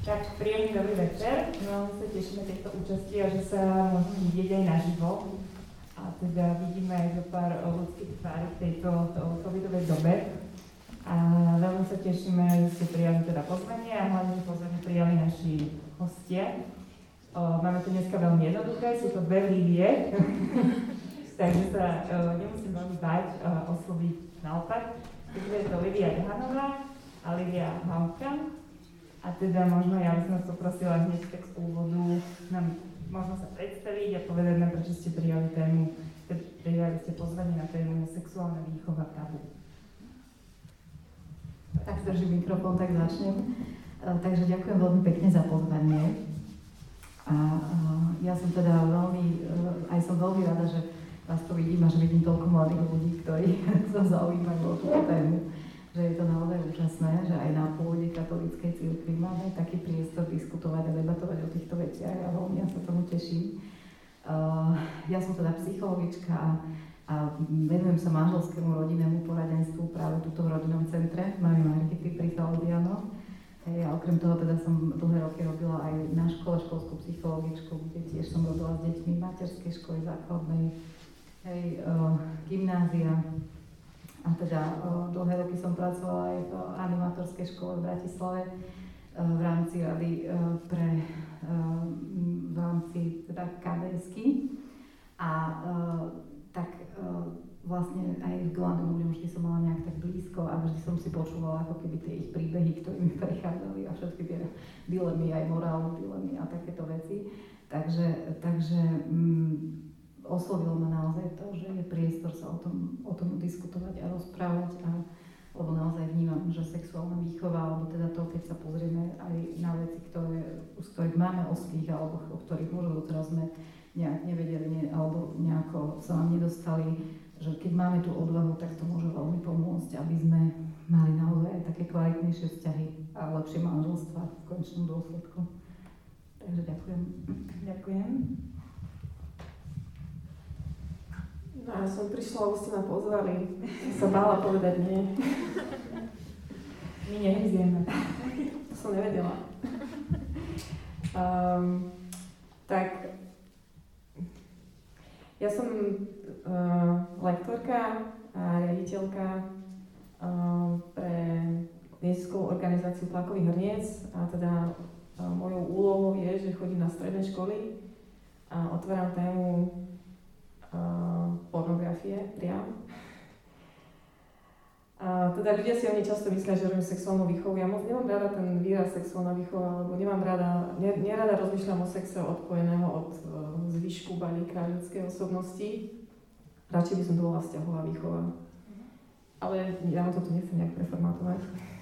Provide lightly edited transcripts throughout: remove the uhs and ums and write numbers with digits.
Tak, príjemný dobrý večer. No, my sa tešíme tejto účasti a že sa môžeme vidieť aj naživo. A teda vidíme aj zo pár ľudských tvári v tejto covidovej dobe. A veľmi sa tešíme, že ste prijali teda pozvanie a hlavne pozvanie prijali naši hostia. Máme to dneska veľmi jednoduché, sú to dve Lívie, takže sa nemusím veľmi báť osloviť naopak. Takže je to Lívia Johanová a Lívia Hauka. A teda možno ja by som vás poprosila hneď tak z úvodu nám možno sa predstaviť a povedať nám, prečo ste prijali tému, prijali ste pozvanie na tému sexuálna výchova tabu. Tak držím mikrofón, tak začnem. Takže ďakujem veľmi pekne za pozvanie. A ja som teda som veľmi rada, že vás tu vidím a že vidím toľko mladých ľudí, ktorí sa zaujímajú o túto tému. Že je to naozaj úžasné, že aj na pôde katolíckej cirkvi máme taký priestor diskutovať a debatovať o týchto veciach a veľmi ja sa tomu teším. Ja som teda psychologička a venujem sa manželskému rodinnému poradenstvu práve tuto v rodinnom centre Mami Margity pri Salesianoch. A okrem toho teda som dlhé roky robila aj na škole školskú psychologičku, kde tiež som robila s deťmi materskej školy základnej, gymnázia. A teda dlhé roky som pracovala aj v animátorskej škole v Bratislave v rámci rady v rámci teda KDS-ky. A vlastne aj k mladým ľuďom vždy som mala nejak tak blízko a vždy som si počúvala ako keby tie ich príbehy, ktoré mi prechádzali a všetky tie dilemy, aj morálne dilemy a takéto veci. Takže oslovilo ma naozaj to, že je priestor sa o tom diskutovať a rozprávať, lebo naozaj vnímam, že sexuálna výchova, alebo teda to, keď sa pozrieme aj na veci, z ktorých máme oslých, alebo o ktorých možno doteraz sme nejak nevedeli, alebo nejako sa nám nedostali, že keď máme tú odvahu, tak to môže veľmi pomôcť, aby sme mali naozaj aj také kvalitnejšie vzťahy a lepšie manželstva v konečnom dôsledku. Takže ďakujem. Ďakujem. No ja som prišla, už ste ma pozvali. Som sa bála povedať nie. My nehyzieme. To som nevedela. Tak, ja som lektorka a riaditeľka pre neziskovú organizáciu Tlakových hrniec a teda mojou úlohou je, že chodím na stredné školy a otváram tému pornografie priam. Teda ľudia si o nej často myslia, že robím sexuálnu výchovu. Ja moc nemám rada ten výraz sexuálna výchova, lebo nerada rozmýšľam o sexe odpojeného od zvyšku balíka ľudskej osobnosti. Radšej by som to bola vzťahová výchova. Ale ja to tu nechcem nejak preformátovať.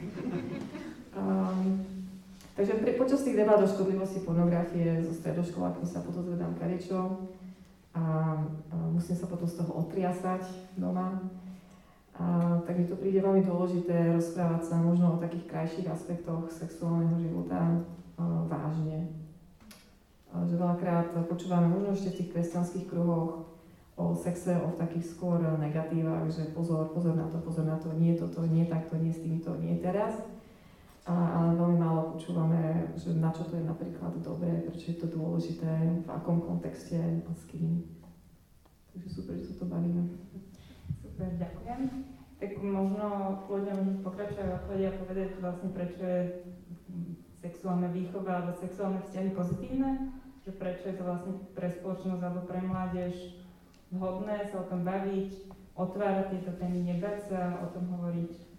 Takže počas tých debát o škodlivosti pornografie so stredoškolákmi sa podozvedám kadečo. A musím sa potom z toho otriasať doma. Takže to príde veľmi dôležité rozprávať sa možno o takých krajších aspektoch sexuálneho života vážne. Že veľakrát počúvame možno ešte v tých kresťanských kruhoch o sexe, o takých skôr negatívach, že pozor na to, nie toto, nie takto, nie s týmto, nie teraz. Ale veľmi málo počúvame, že na čo to je napríklad dobré, prečo je to dôležité, v akom kontexte a s kým. Takže super, že sa to bavíme. Super, ďakujem. Tak možno kľudne môžem pokračovať v odpovedi a povedať vlastne, prečo je sexuálna výchova alebo sexuálne vzťahy pozitívne, že prečo je to vlastne pre spoločnosť alebo pre mládež vhodné sa o tom baviť, otvárať tieto témy, nebať sa o tom hovoriť.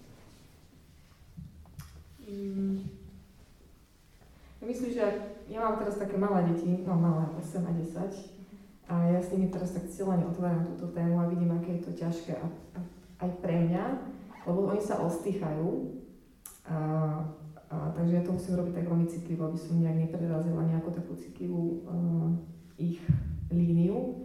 Myslím, že ja mám teraz také malé deti, malé, 8 a 10, a ja s nimi teraz tak cieľene otváram túto tému a vidím, aké je to ťažké aj pre mňa, lebo oni sa ostýchajú, takže ja to musím robiť tak veľmi citlivo, aby som nejak neprerazila nejakú takú citlivú ich líniu.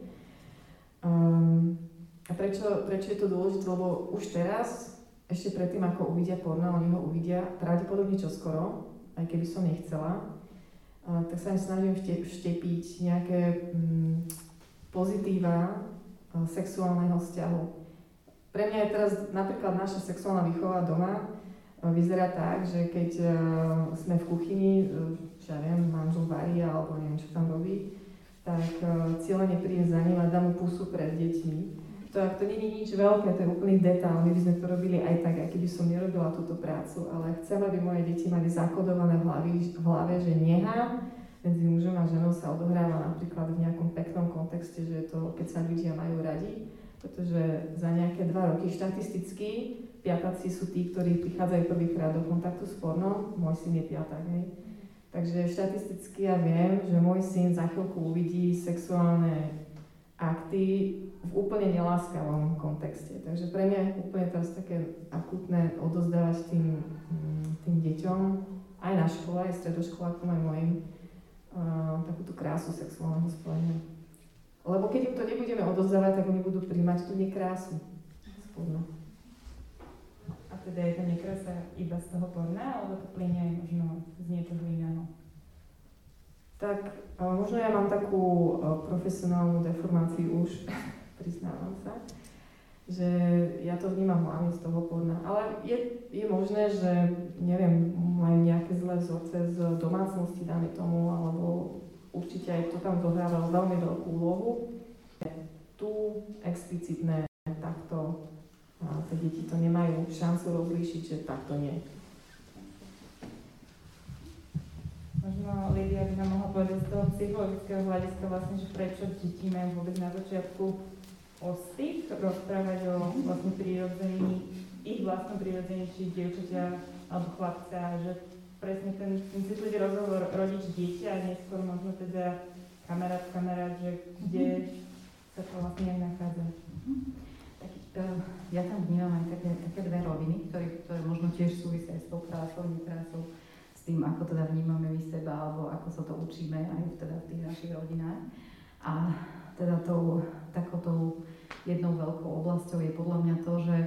A prečo je to dôležité, lebo už teraz, ešte predtým, ako uvidia porno, oni ho uvidia pravdepodobne čoskoro, aj keby som nechcela, tak sa im snažím vštepiť nejaké pozitíva sexuálneho vzťahu. Pre mňa je teraz napríklad naša sexuálna výchova doma vyzerá tak, že keď sme v kuchyni, čo ja viem, manžel varí alebo neviem, čo tam robí, tak cieľene príde za ním a dá mu pusu pred deťmi. To nie je nič veľké, to je úplný detail, my by sme to robili aj tak, aj keby som nerobila túto prácu, ale chcem, aby moje deti mali zakodované v hlave, že nehám medzi mužom a ženou sa odohráva napríklad v nejakom peknom kontexte, že je to, keď sa ľudia majú radi, pretože za nejaké 2 roky štatisticky piatáci sú tí, ktorí prichádzajú prvýkrát do kontaktu s pornom, môj syn je piatak, hej. Takže štatisticky ja viem, že môj syn za chvíľku uvidí sexuálne akty v úplne neláskavom kontexte. Takže pre mňa je úplne teraz také akútne odozdávať tým deťom, aj na škole, aj stredoškolákom, aj mojim, takúto krásu sexuálneho spojenia. Lebo keď im to nebudeme odozdávať, tak oni budú príjmať tú nekrásu spodnú. A teda je to nekrása iba z toho porna, alebo to plynie aj možno z niečoho iného? Tak možno ja mám takú profesionálnu deformáciu už, priznávam sa, že ja to vnímam hlavne z toho porna. Ale je možné, že neviem, majú nejaké zlé vzorce z domácnosti, dáme tomu, alebo určite aj to tam zohrávalo veľmi veľkú úlohu. Tu explicitné takto tie deti to nemajú šancu rozlíšiť, že takto nie. Možno Lídia by nám mohla povedať z toho psychologického hľadiska vlastne, že prečo deti majú vôbec na začiatku ostých rozprávať o vlastne prírodzení, ich vlastnom prírodzení, či dievčaťa alebo chlapca, že presne ten citlivý rozhovor rodič-dieťa a neskôr možno teda kamarát, že kde sa to vlastne aj nachádza. Ja tam vnímam aj také 2 roviny, ktoré možno tiež súvisia s tou krásou, nekrásou, s tým, ako teda vnímame my seba, alebo ako sa to učíme aj teda v tých našich rodinách. A teda takoutou jednou veľkou oblasťou je podľa mňa to, že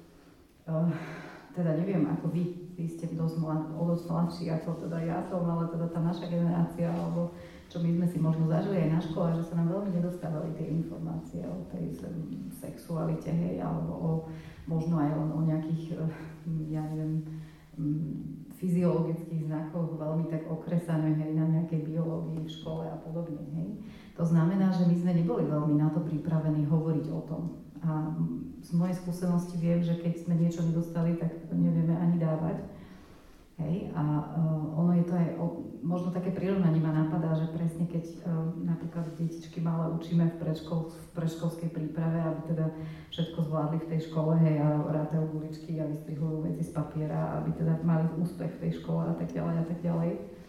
teda neviem, ako vy ste dosť mladší, ako teda ja som, ale teda tá naša generácia, alebo čo my sme si možno zažili aj na škole, že sa nám veľmi nedostávali tie informácie o tej sexualite, hej, alebo možno aj o nejakých, ja neviem, fyziologických znakoch veľmi tak okresané, hej, na nejakej biológii v škole a podobne, hej. To znamená, že my sme neboli veľmi na to pripravení hovoriť o tom. A z mojej skúsenosti viem, že keď sme niečo nedostali, tak nevieme ani dávať. Hej, a ono je to aj, možno také prirovnanie ma napadá, že presne keď napríklad detičky malé učíme v predškolskej príprave, aby teda všetko zvládli v tej škole, hej, a rátajú guličky a vystrihujú veci z papiera, aby teda mali úspech v tej škole a tak ďalej,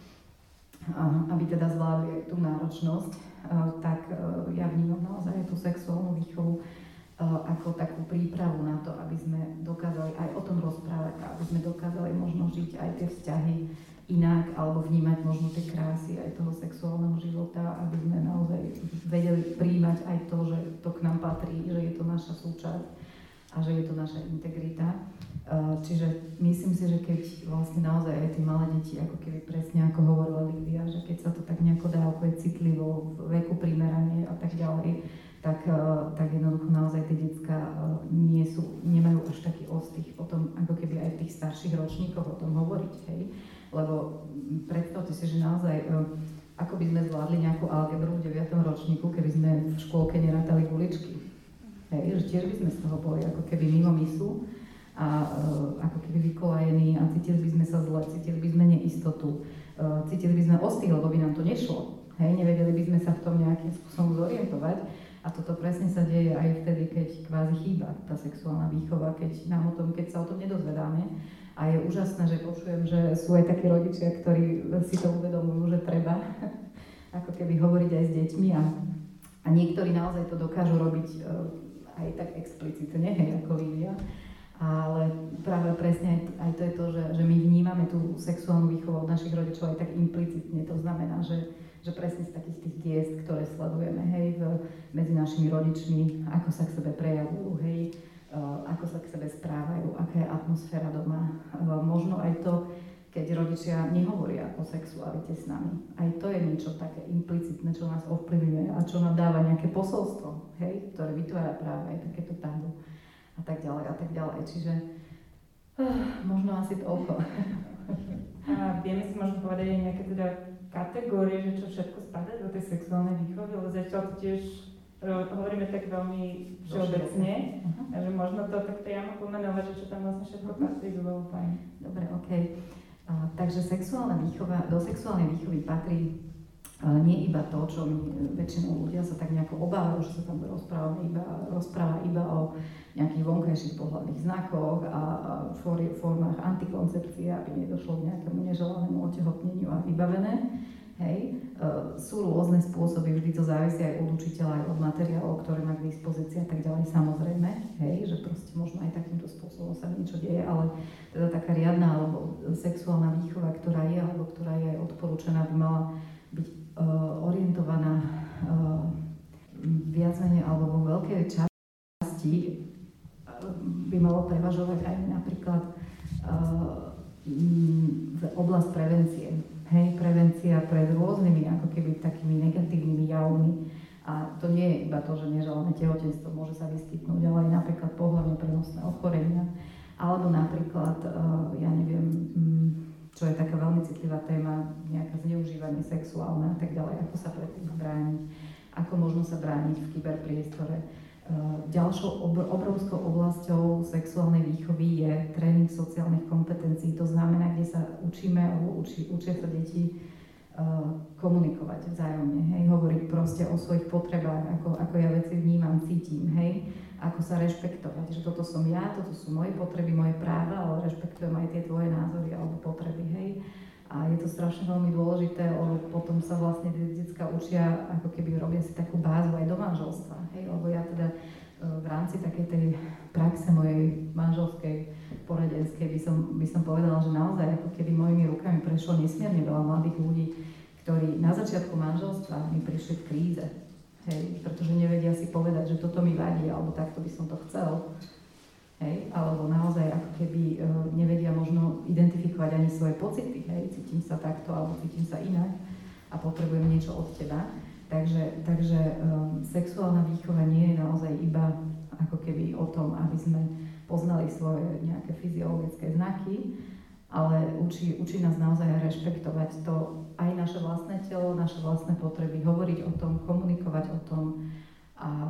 aby teda zvládli tú náročnosť, tak ja vnímam naozaj tú sexuálnu výchovu ako takú prípravu na to, aby sme dokázali aj o tom rozprávať a aby sme dokázali možno žiť aj tie vzťahy inak alebo vnímať možno tie krásy aj toho sexuálneho života, aby sme naozaj vedeli príjmať aj to, že to k nám patrí, že je to naša súčasť a že je to naša integrita. Čiže myslím si, že keď vlastne naozaj aj tie malé deti, ako keby presne ako hovorila Lídia, že keď sa to tak nejako dá úplne citlivo, v veku primerane a tak ďalej, tak jednoducho naozaj tie decká nemajú až taký ostých potom, ako keby aj v tých starších ročníkoch o tom hovoriť, hej. Lebo predstavte si, že naozaj, ako by sme zvládli nejakú algebru v 9. ročníku, keby sme v škôlke nerátali guličky. Hej, že tiež by sme z toho boli ako keby mimo myslu a ako keby vykolajení a cítili by sme sa zle, cítili by sme neistotu, cítili by sme ostých, lebo by nám to nešlo. Hej, nevedeli by sme sa v tom nejakým spôsobom zorientovať. A toto presne sa deje aj vtedy, keď kvázi chýba tá sexuálna výchova, keď sa o tom nedozvedáme. A je úžasné, že počujem, že sú aj takí rodičia, ktorí si to uvedomujú, že treba ako keby hovoriť aj s deťmi a niektorí naozaj to dokážu robiť aj tak explicitne, hej, ako Lídia. Ale práve presne aj to je to, že my vnímame tú sexuálnu výchovu od našich rodičov aj tak implicitne. To znamená, že presne z takých tých giest, ktoré sledujeme, hej, medzi našimi rodičmi, ako sa k sebe prejavujú, hej, ako sa k sebe správajú, aká je atmosféra doma. Možno aj to, keď rodičia nehovoria o sexualite s nami. Aj to je niečo také implicitné, čo nás ovplyvňuje a čo nám dáva nejaké posolstvo, hej, ktoré vytvára práve aj takéto tabu a tak ďalej a tak ďalej. Čiže Možno asi toľko. A vieme si možno povedať aj nejaké teda kategórie, že čo všetko spadá do tej sexuálnej výchovy, lebo zatiaľ to tiež hovoríme tak veľmi všeobecne, a že možno to tak priamo pomenovať, že čo tam vlastne všetko patrí, by bolo fajn. Dobre, okej. Takže do sexuálnej výchovy patrí nie iba to, čo my väčšinou ľudia sa tak nejako obávajú, že sa tam rozpráva iba o nejakých vonkajších pohľadných znakoch a formách antikoncepcie, aby nedošlo k nejakému neželanému otehotneniu a vybavené. Hej. Sú rôzne spôsoby, vždy to závisí aj od učiteľa, aj od materiálov, ktoré má k dispozícii a tak ďalej, samozrejme, hej, že proste možno aj takýmto spôsobom sa niečo deje, ale teda taká riadna alebo sexuálna výchova, ktorá je, alebo ktorá je aj odporúčaná, by mala byť orientovaná viac menej alebo vo veľkej časti by malo prevažovať aj napríklad oblasť prevencie. Hej, prevencia pred rôznymi ako keby takými negatívnymi javmi. A to nie je iba to, že neželané tehotenstvo môže sa vyskytnúť, ale aj napríklad pohlavne prenosné ochorenia, alebo napríklad, ja neviem, čo je taká veľmi citlivá téma, nejaké zneužívanie sexuálne a tak ďalej, ako sa pred tým brániť, ako možno sa brániť v kyberpriestore. Ďalšou obrovskou oblasťou sexuálnej výchovy je tréning sociálnych kompetencií. To znamená, kde sa učíme alebo učia sa deti komunikovať vzájomne, hej, hovoriť proste o svojich potrebách, ako ja veci vnímam, cítim, hej, ako sa rešpektovať, že toto som ja, toto sú moje potreby, moje práva, ale rešpektujem aj tie tvoje názory alebo potreby, hej. A je to strašne veľmi dôležité, lebo potom sa vlastne decká učia, ako keby robia si takú bázu aj do manželstva, hej, lebo ja teda v rámci takej tej praxe mojej manželskej, poradenskej by som povedala, že naozaj ako keby mojimi rukami prešlo nesmierne veľa mladých ľudí, ktorí na začiatku manželstva mi prišli v kríze, hej, pretože nevedia si povedať, že toto mi vadí, alebo takto by som to chcel. Hej, alebo naozaj ako keby nevedia možno identifikovať ani svoje pocity, hej, cítim sa takto alebo cítim sa inak a potrebujem niečo od teba. Takže sexuálna výchova nie je naozaj iba ako keby o tom, aby sme poznali svoje nejaké fyziologické znaky, ale učí nás naozaj rešpektovať to aj naše vlastné telo, naše vlastné potreby, hovoriť o tom, komunikovať o tom a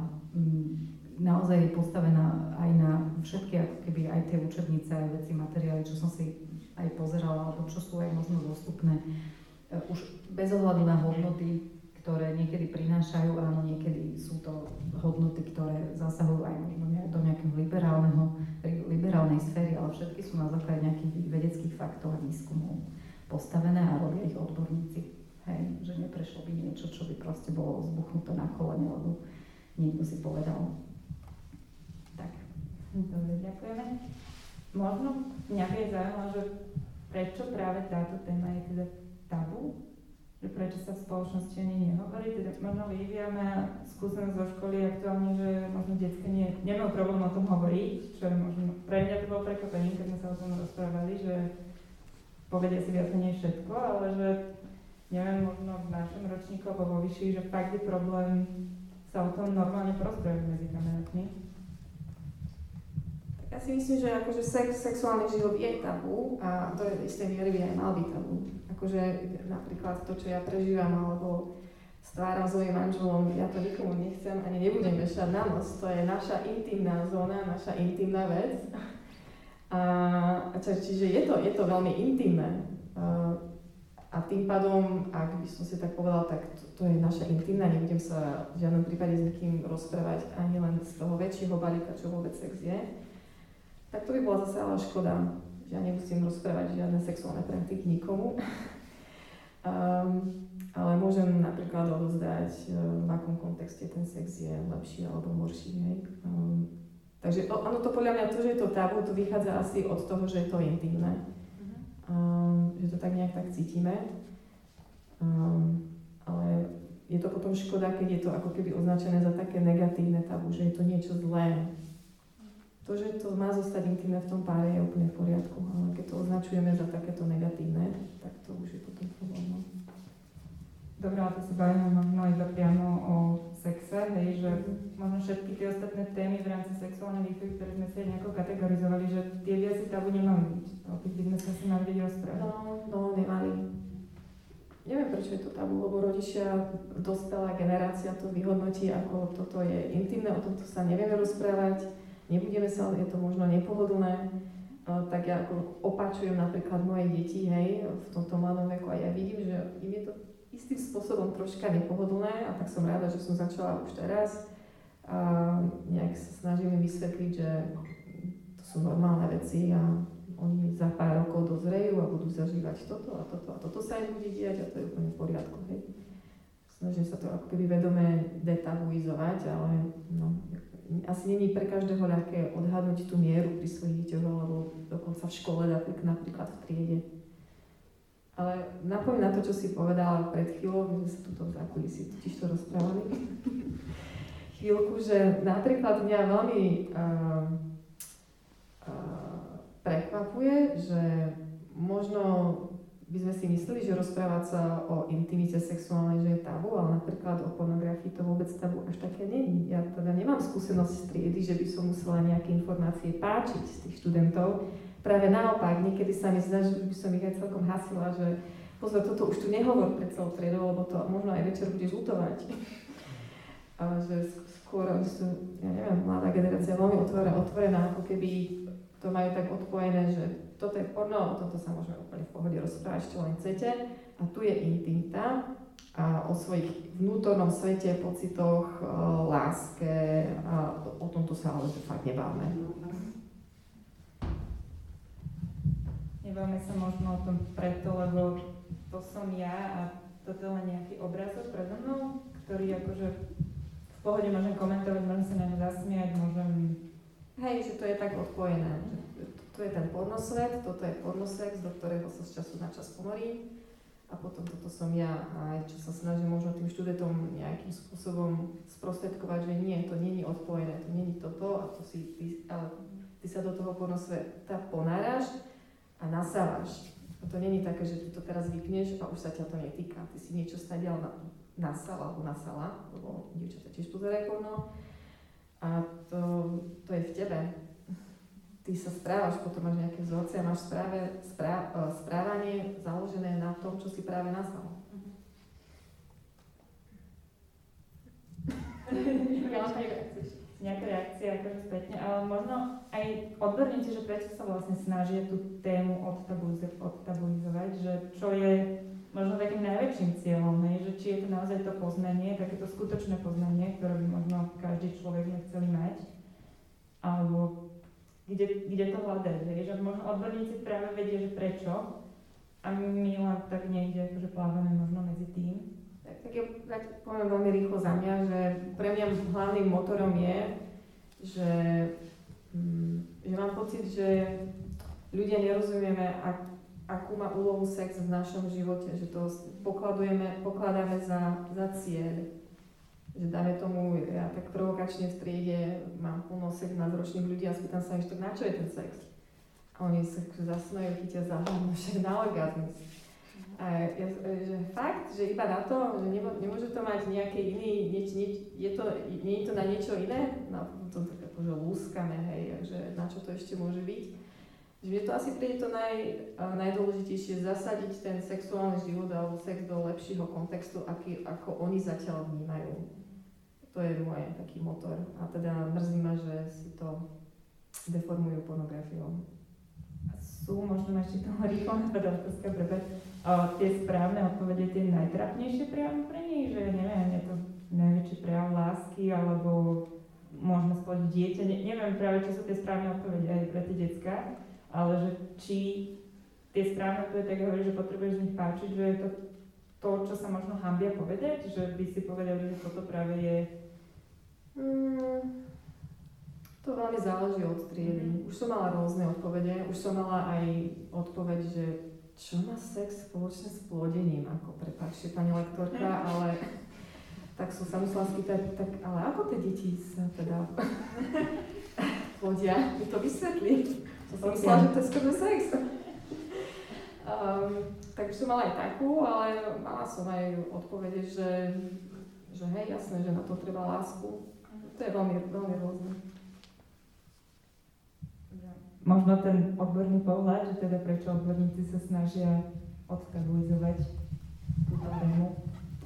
naozaj je postavená aj na všetky ako keby aj tie učebnice, aj veci, materiály, čo som si aj pozerala, alebo čo sú aj možno dostupné. Už bez ohľadu na hodnoty, ktoré niekedy prinášajú, áno, niekedy sú to hodnoty, ktoré zasahujú aj možno do nejakého liberálnej sféry, ale všetky sú na základe nejakých vedeckých faktov a výskumov postavené a robia ich odborníci. Hej, že neprešlo by niečo, čo by proste bolo zbuchnuté na kolene, lebo niekto si povedal. Dobre, ďakujeme. Možno mňa by zaujímalo, že prečo práve táto téma je teda tabu? Že prečo sa v spoločnosti o nej nehovorí? Teda možno Lívia má skúsenosť zo školy aktuálne, že možno detská nemajú problém o tom hovoriť, čo je možno, pre mňa to bolo prekvapenie, keď sme sa o tom rozprávali, že povedia si viac menej všetko, ale že neviem, možno v našom ročníku alebo vo vyšších, že fakt je problém sa o tom normálne porozprávať medzi kamarátmi. Ja si myslím, že akože sexuálny život je tabu a to je isté miery by aj mal byť tabu. Akože napríklad to, čo ja prežívam, alebo stváram s mojím manželom, ja to nikomu nechcem ani nebudem vešať na nos. To je naša intimná zóna, naša intimná vec. Čiže je to veľmi intimné. A tým pádom, ak by som si tak povedala, tak to je naša intimná, nebudem sa v žiadnom prípade s nikým rozprávať ani len z toho väčšieho balíka, čo vôbec sex je. Tak to by bola zase ale škoda, že ja nemusím rozprávať žiadne sexuálne praktiky nikomu. Ale môžem napríklad odozdať, v akom kontexte ten sex je lepší alebo horší. Hej. Takže áno, to podľa mňa to, že je to tabu, to vychádza asi od toho, že je to intimné. Že to tak nejak tak cítime. Ale je to potom škoda, keď je to ako keby označené za také negatívne tabu, že je to niečo zlé. To, že to má zostať intimné v tom páre, je úplne v poriadku, ale keď to označujeme za takéto negatívne, tak to už je potom problém. Dobre, ale to sa bavíme možno iba priamo o sexe, hej, že možno všetky tie ostatné témy v rámci sexuálnej výchovy, ktoré sme si nejako kategorizovali, že tie viac tabu nemali byť. O tých by sme sa si mali vedieť rozprávať. No, nemali. Neviem, prečo je to tabu, lebo rodičia, dospelá generácia to vyhodnotí, ako toto je intimné, o tomto sa nevieme rozprávať, nebudeme sa, je to možno nepohodlné. Tak ja ako opačujem napríklad moje deti, hej, v tomto mladom veku a ja vidím, že im je to istým spôsobom troška nepohodlné a tak som rada, že som začala už teraz a nejak sa snažím im vysvetliť, že to sú normálne veci a oni za pár rokov dozrejú a budú zažívať toto a toto a toto sa im bude diať a to je úplne v poriadku, hej. Snažím sa to ako keby vedome detabuizovať, ale no, asi není pre každého ľahké odhadnúť tú mieru pri svojich deťoch alebo dokonca v škole, napríklad v triede. Ale napomínam na to, čo si povedala pred chvíľou, my sme sa tuto v zákulisí totiž to rozprávali chvíľku, že napríklad mňa veľmi prekvapuje, že možno by sme si mysleli, že rozprávať sa o intimite sexuálnej, že je tabu, ale napríklad o pornografii to vôbec tabu až také není. Ja teda nemám skúsenosť z triedy, že by som musela nejaké informácie páčiť z tých študentov. Práve naopak, niekedy sa mi zdá, že by som ich aj celkom hasila, že pozor, toto už tu nehovor pred celou triedou, lebo to možno aj večer budeš lutovať. Ale že skôr oni sú, ja neviem, mladá generácia veľmi otvorená, ako keby to majú tak odpojené, že toto je porno, o tomto sa môžeme úplne v pohode rozprávať, čo len chcete. A tu je intimita a o svojich vnútornom svete, pocitoch, láske a o tomto sa ale že fakt nebáme. Nebáme sa možno o tom preto, lebo to som ja a toto je len nejaký obrazok predo mnou, ktorý akože v pohode môžem komentovať, môžem sa na ňu zasmiať, môžem... Hej, že to je tak odpojené. To je ten pornosvet, toto je pornosex, do ktorého sa z času na čas ponorím. A potom toto som ja, a čo sa snažím možno tým študentom nejakým spôsobom sprostredkovať, že nie, to nie je odpojené, to nie je toto, a to si ale ty sa do toho pornosveta ponáraš a nasávaš. A to nie je také, že ty to teraz vypneš a už sa ťa to netýka. Ty si niečo stadiaľ nasala, lebo dievčatá tiež pozerajú porno. A to je v tebe. Ty sa správaš, potom máš nejaké vzorce a máš správanie založené na tom, čo si práve nasal. Nejaká reakcia akože spätne, ale možno aj odborníci, že prečo sa vlastne snažia tú tému odtabuizovať, že čo je možno takým najväčším cieľom, že či je to naozaj to poznanie, takéto skutočné poznanie, ktoré by možno každý človek chceli mať, alebo kde to hľadať, že možno odborníci práve vedia, že prečo, a my len tak niekde akože plávame možno medzi tým. Tak ja poviem veľmi rýchlo za mňa, že pre mňa hlavným motorom je, že mám pocit, že ľudia nerozumieme, akú má úlohu sex v našom živote, že to pokladáme za cieľ. Že dáme tomu, ja tak provokačne v triede mám plno sex nadročných ľudí a spýtam sa ešte, na čo je ten sex? A oni sa zasmejú, chytia za hlavu, však na orgazmus. A že fakt, že iba na to, že nemôže to mať nejaké iný, nie je to na niečo iné? No potom tak akože lúskame, hej, že na čo to ešte môže byť? Že mne to asi príde to najdôležitejšie, zasadiť ten sexuálny život alebo sex do lepšieho kontextu, ako oni zatiaľ vnímajú. To je môj taký motor. A teda mrzí ma, že si to deformujú pornografiou. Sú možno ešte toho rýchlo napadá otázka tie správne odpovede, tie najtrápnejšie priamo pre nich, že neviem, je to najväčší prejav lásky, alebo možno splodiť dieťa, neviem práve, čo sú tie správne odpovede aj pre tie decká, ale že či tie správne odpovede tak hovorí, že potrebuješ z nich páčiť, že je to, čo sa možno hanbia povedať, že by si povedali, že toto práve je... To veľmi záleží od triedy. Už som mala rôzne odpovede, už som mala aj odpoveď, že čo má sex spoločne s plodením, ako prepáčte pani lektorka, ale tak som sa musela spýtať, tak ale ako tie deti sa teda plodia? Mi to vysvetlí. Som myslela, že to je skôr sex. Takže som mala aj takú, ale mala som aj odpovede, že hej, jasné, že na to treba lásku. To je veľmi, veľmi rôzne. Možno ten odborný pohľad, že teda prečo odborníci sa snažia odtabuizovať túto tému?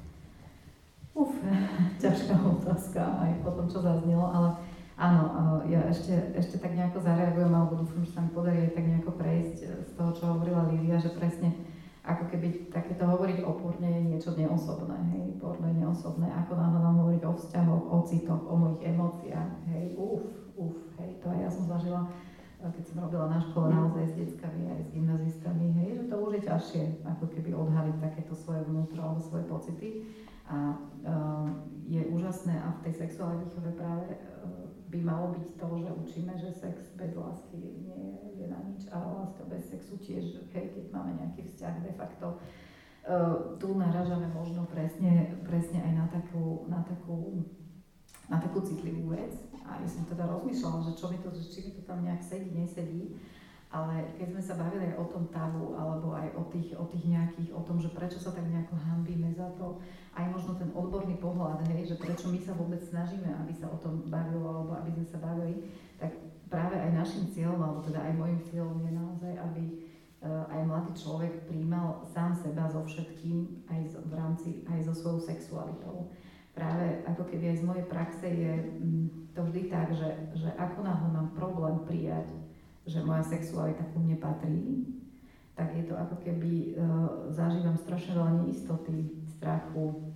Ťažká otázka aj po tom, čo zaznelo, ale áno, ja ešte tak nejako zareagujem, alebo dúfam, že sa mi podarí aj tak nejako prejsť z toho, čo hovorila Lívia, že presne ako keby takéto hovoriť o porne je niečo neosobné, hej, porno je neosobné, ako náhle mám hovoriť o vzťahoch, o citoch, o mojich emóciách, hej, hej, to aj ja som zažila, keď som robila na škole naozaj s deckami aj s gymnazistami, hej, že to už je ťažšie, ako keby odhaliť takéto svoje vnútro alebo svoje pocity. A je úžasné a v tej sexuálnej výchove práve by malo byť to, že učíme, že sex bez lásky nie je na nič a láska bez sexu tiež, hej, keď máme nejaký vzťah de facto. Tu naražame možno presne aj na takú citlivú vec. A ja som teda rozmýšľala, že či mi to tam nejak sedí, nesedí. Ale keď sme sa bavili aj o tom tabu, alebo aj o tých nejakých, o tom, že prečo sa tak nejako hanbíme za to, aj možno ten odborný pohľad, hej, že prečo my sa vôbec snažíme, aby sa o tom bavilo, alebo aby sme sa bavili, tak práve aj našim cieľom, alebo teda aj môjim cieľom je naozaj, aby aj mladý človek prijímal sám seba so všetkým, aj v rámci, aj so svojou sexualitou. Práve ako keby aj z mojej praxe je to vždy tak, že ako náhle mám problém prijať, že moja sexualita ku mne patrí, tak je to ako keby zažívam strašne veľa neistoty, strachu,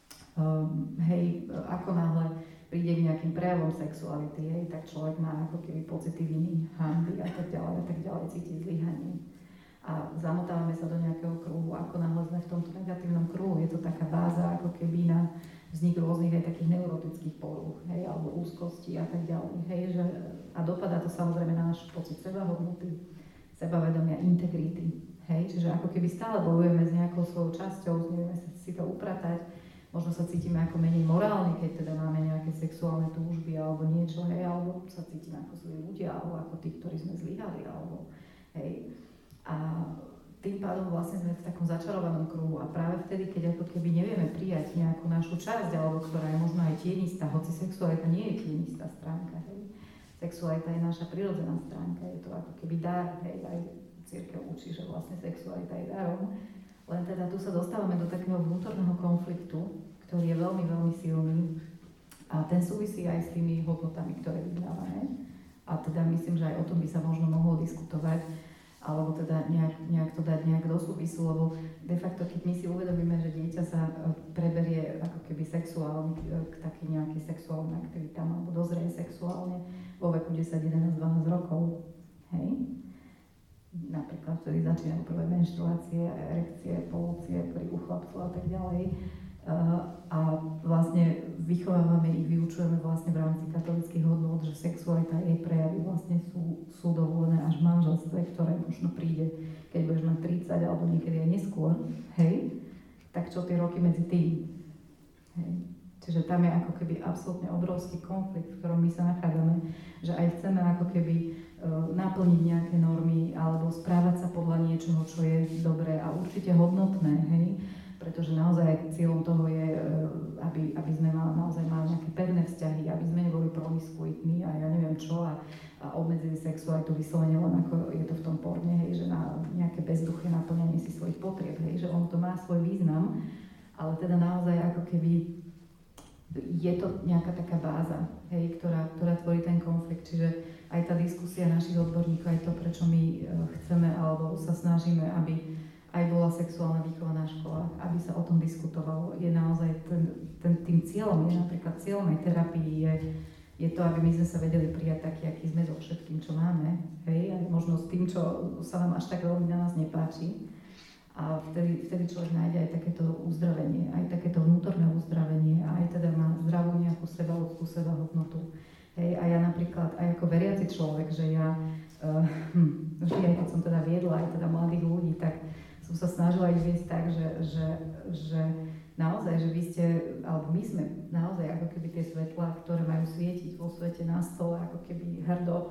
hej, ako náhle príde k nejakým prejavom sexuality, hej, tak človek má ako keby pocity viny, hanby a tak ďalej, cíti zlyhanie. A zamotávame sa do nejakého kruhu, ako náhle sme v tomto negatívnom kruhu, je to taká báza ako keby na vznik rôznych aj takých neurotických porúch, hej, alebo úzkosti a tak ďalej, hej, že a dopadá to samozrejme na náš pocit sebahodnoty, sebavedomia, integrity, hej, čiže ako keby stále bojujeme s nejakou svojou časťou, nevieme si to upratať, možno sa cítime ako menej morálni, keď teda máme nejaké sexuálne túžby alebo niečo, hej, alebo sa cítime ako zlí ľudia, alebo ako tí, ktorí sme zlyhali, alebo hej. A tým pádom vlastne sme v takom začarovanom kruhu a práve vtedy, keď ako keby nevieme prijať nejakú našu časť, alebo ktorá je možno aj tienistá, hoci sexualita nie je tienistá stránka, hej. Sexualita je naša prirodzená stránka, je to ako keby dar, hej, aj cirkev učí, že vlastne sexualita je darom, len teda tu sa dostávame do takého vnútorného konfliktu, ktorý je veľmi, veľmi silný a ten súvisí aj s tými hodnotami, ktoré vyznávame a teda myslím, že aj o tom by sa možno mohlo diskutovať, alebo teda nejak to dať nejak do súvisu, lebo de facto, keď my si uvedomíme, že dieťa sa preberie ako keby sexuálne k takým nejakým sexuálnym aktivitám, alebo dozrie sexuálne vo veku 10, 11, 12 rokov, hej? Napríklad vtedy začínajú prvé menštruácie, erekcie, polúcie pri u chlapcov a tak ďalej. A vlastne vychovávame ich, vyučujeme vlastne v rámci katolíckych hodnôt, že sexualita a jej prejavy vlastne sú dovolené až v manželstve, ktoré možno príde, keď budeš mať 30 alebo niekedy aj neskôr, hej, tak čo tie roky medzi tým, hej. Čiže tam je ako keby absolútne obrovský konflikt, v ktorom my sa nachádzame, že aj chceme ako keby naplniť nejaké normy alebo správať sa podľa niečoho, čo je dobré a určite hodnotné, hej. Pretože naozaj cieľom toho je, aby sme naozaj mali nejaké pevné vzťahy, aby sme neboli promiskuitní a ja neviem čo a obmedzili sexualitu vyslovene len ako je to v tom porne, hej, že na nejaké bezduché naplňanie si svojich potrieb, hej, že on to má svoj význam, ale teda naozaj ako keby je to nejaká taká báza, hej, ktorá tvorí ten konflikt, čiže aj tá diskusia našich odborníkov, aj to, prečo my chceme alebo sa snažíme, aby aj bola sexuálna výchova na školách, aby sa o tom diskutovalo. Je naozaj tým cieľom, je napríklad cieľom aj terapii, je to, aby my sme sa vedeli prijať taký, aký sme so všetkým, čo máme, hej, aj možno s tým, čo sa nám až tak veľmi na nás nepáči. A vtedy človek nájde aj takéto uzdravenie, aj takéto vnútorné uzdravenie, a aj teda má zdravú nejakú sebaúctu, sebahodnotu. Hej, a ja napríklad, aj ako veriaci človek, že ja vždy, aj keď som teda viedla aj teda mladých ľudí, tak som sa snažila ich viesť tak, že naozaj, že vy ste, alebo my sme naozaj ako keby tie svetlá, ktoré majú svietiť vo svete na stole, ako keby hrdo,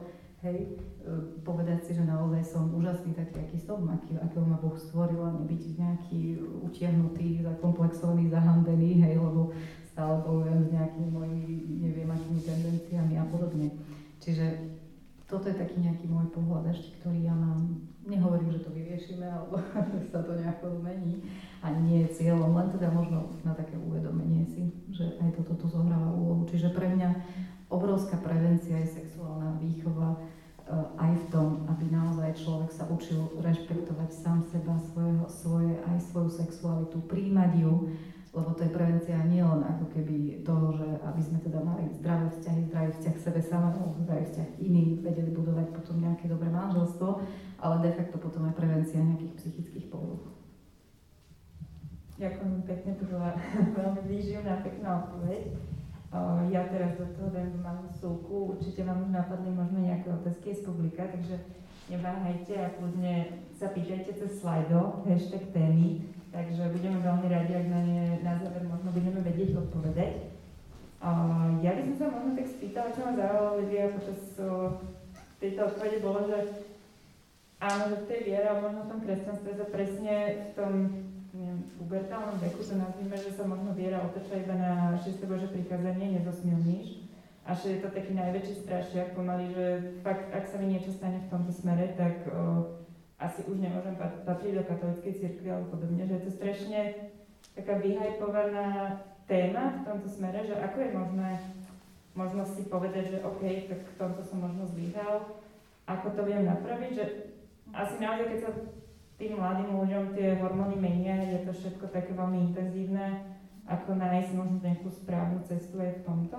Hej, povedať si, že naozaj som úžasný taký, aký som, akého ma Boh stvoril, a nebyť nejaký utiahnutý, zakomplexovaný, zahambený, hej, lebo stále bojujem s nejakými mojimi, neviem, akými tendenciami a podobne. Čiže toto je taký nejaký môj pohľad ešte, ktorý ja mám. Nehovorím, že to vyriešime, alebo že sa to nejako zmení. Ani nie je cieľom, len teda možno na také uvedomenie si, že aj toto tu zohráva úlohu. Čiže pre mňa obrovská prevencia je sexuálna výchova aj v tom, aby naozaj človek sa učil rešpektovať sám seba, aj svoju sexualitu, príjmať ju, lebo to je prevencia nielen ako keby toho, že aby sme teda mali zdravé vzťahy, zdravý vzťah k sebe samému, zdravý vzťah k iným, vedeli budovať potom nejaké dobré manželstvo, ale de facto potom aj prevencia nejakých psychických poruch. Ďakujem pekne, to bola veľmi výživná, pekná odpoveď. Ja teraz do toho dám malú súku, určite vám už napadli možno nejaké otázky z publika, takže neváhajte a kľudne sa pýtajte cez slajdo, #témy, takže budeme veľmi radi, ak na ne na záver možno budeme vedieť odpovedať. Ja by som sa možno tak spýtala, čo ma zaujalo, Livia, počas tejto odpovede bolo, že áno, že v tej viere, ale možno v tom kresťanstve sa presne v tom pubertálnom veku to nazvime, že sa možno viera otoča iba na 6. Božie prikázanie, nezosmilníš. A že je to taký najväčší strašiak pomaly, že fakt, ak sa mi niečo stane v tomto smere, tak asi už nemôžem patriť do katolíckej cirkvi alebo podobne, že je to strašne taká vyhajpovaná téma v tomto smere, že ako je možno si povedať, že OK, tak v tomto som možno zlyhal, ako to viem napraviť, že asi naozaj, keď sa tým mladým ľuďom tie hormóny menia, je to všetko také veľmi intenzívne, ako nájsť možno nejakú správnu cestu aj v tomto?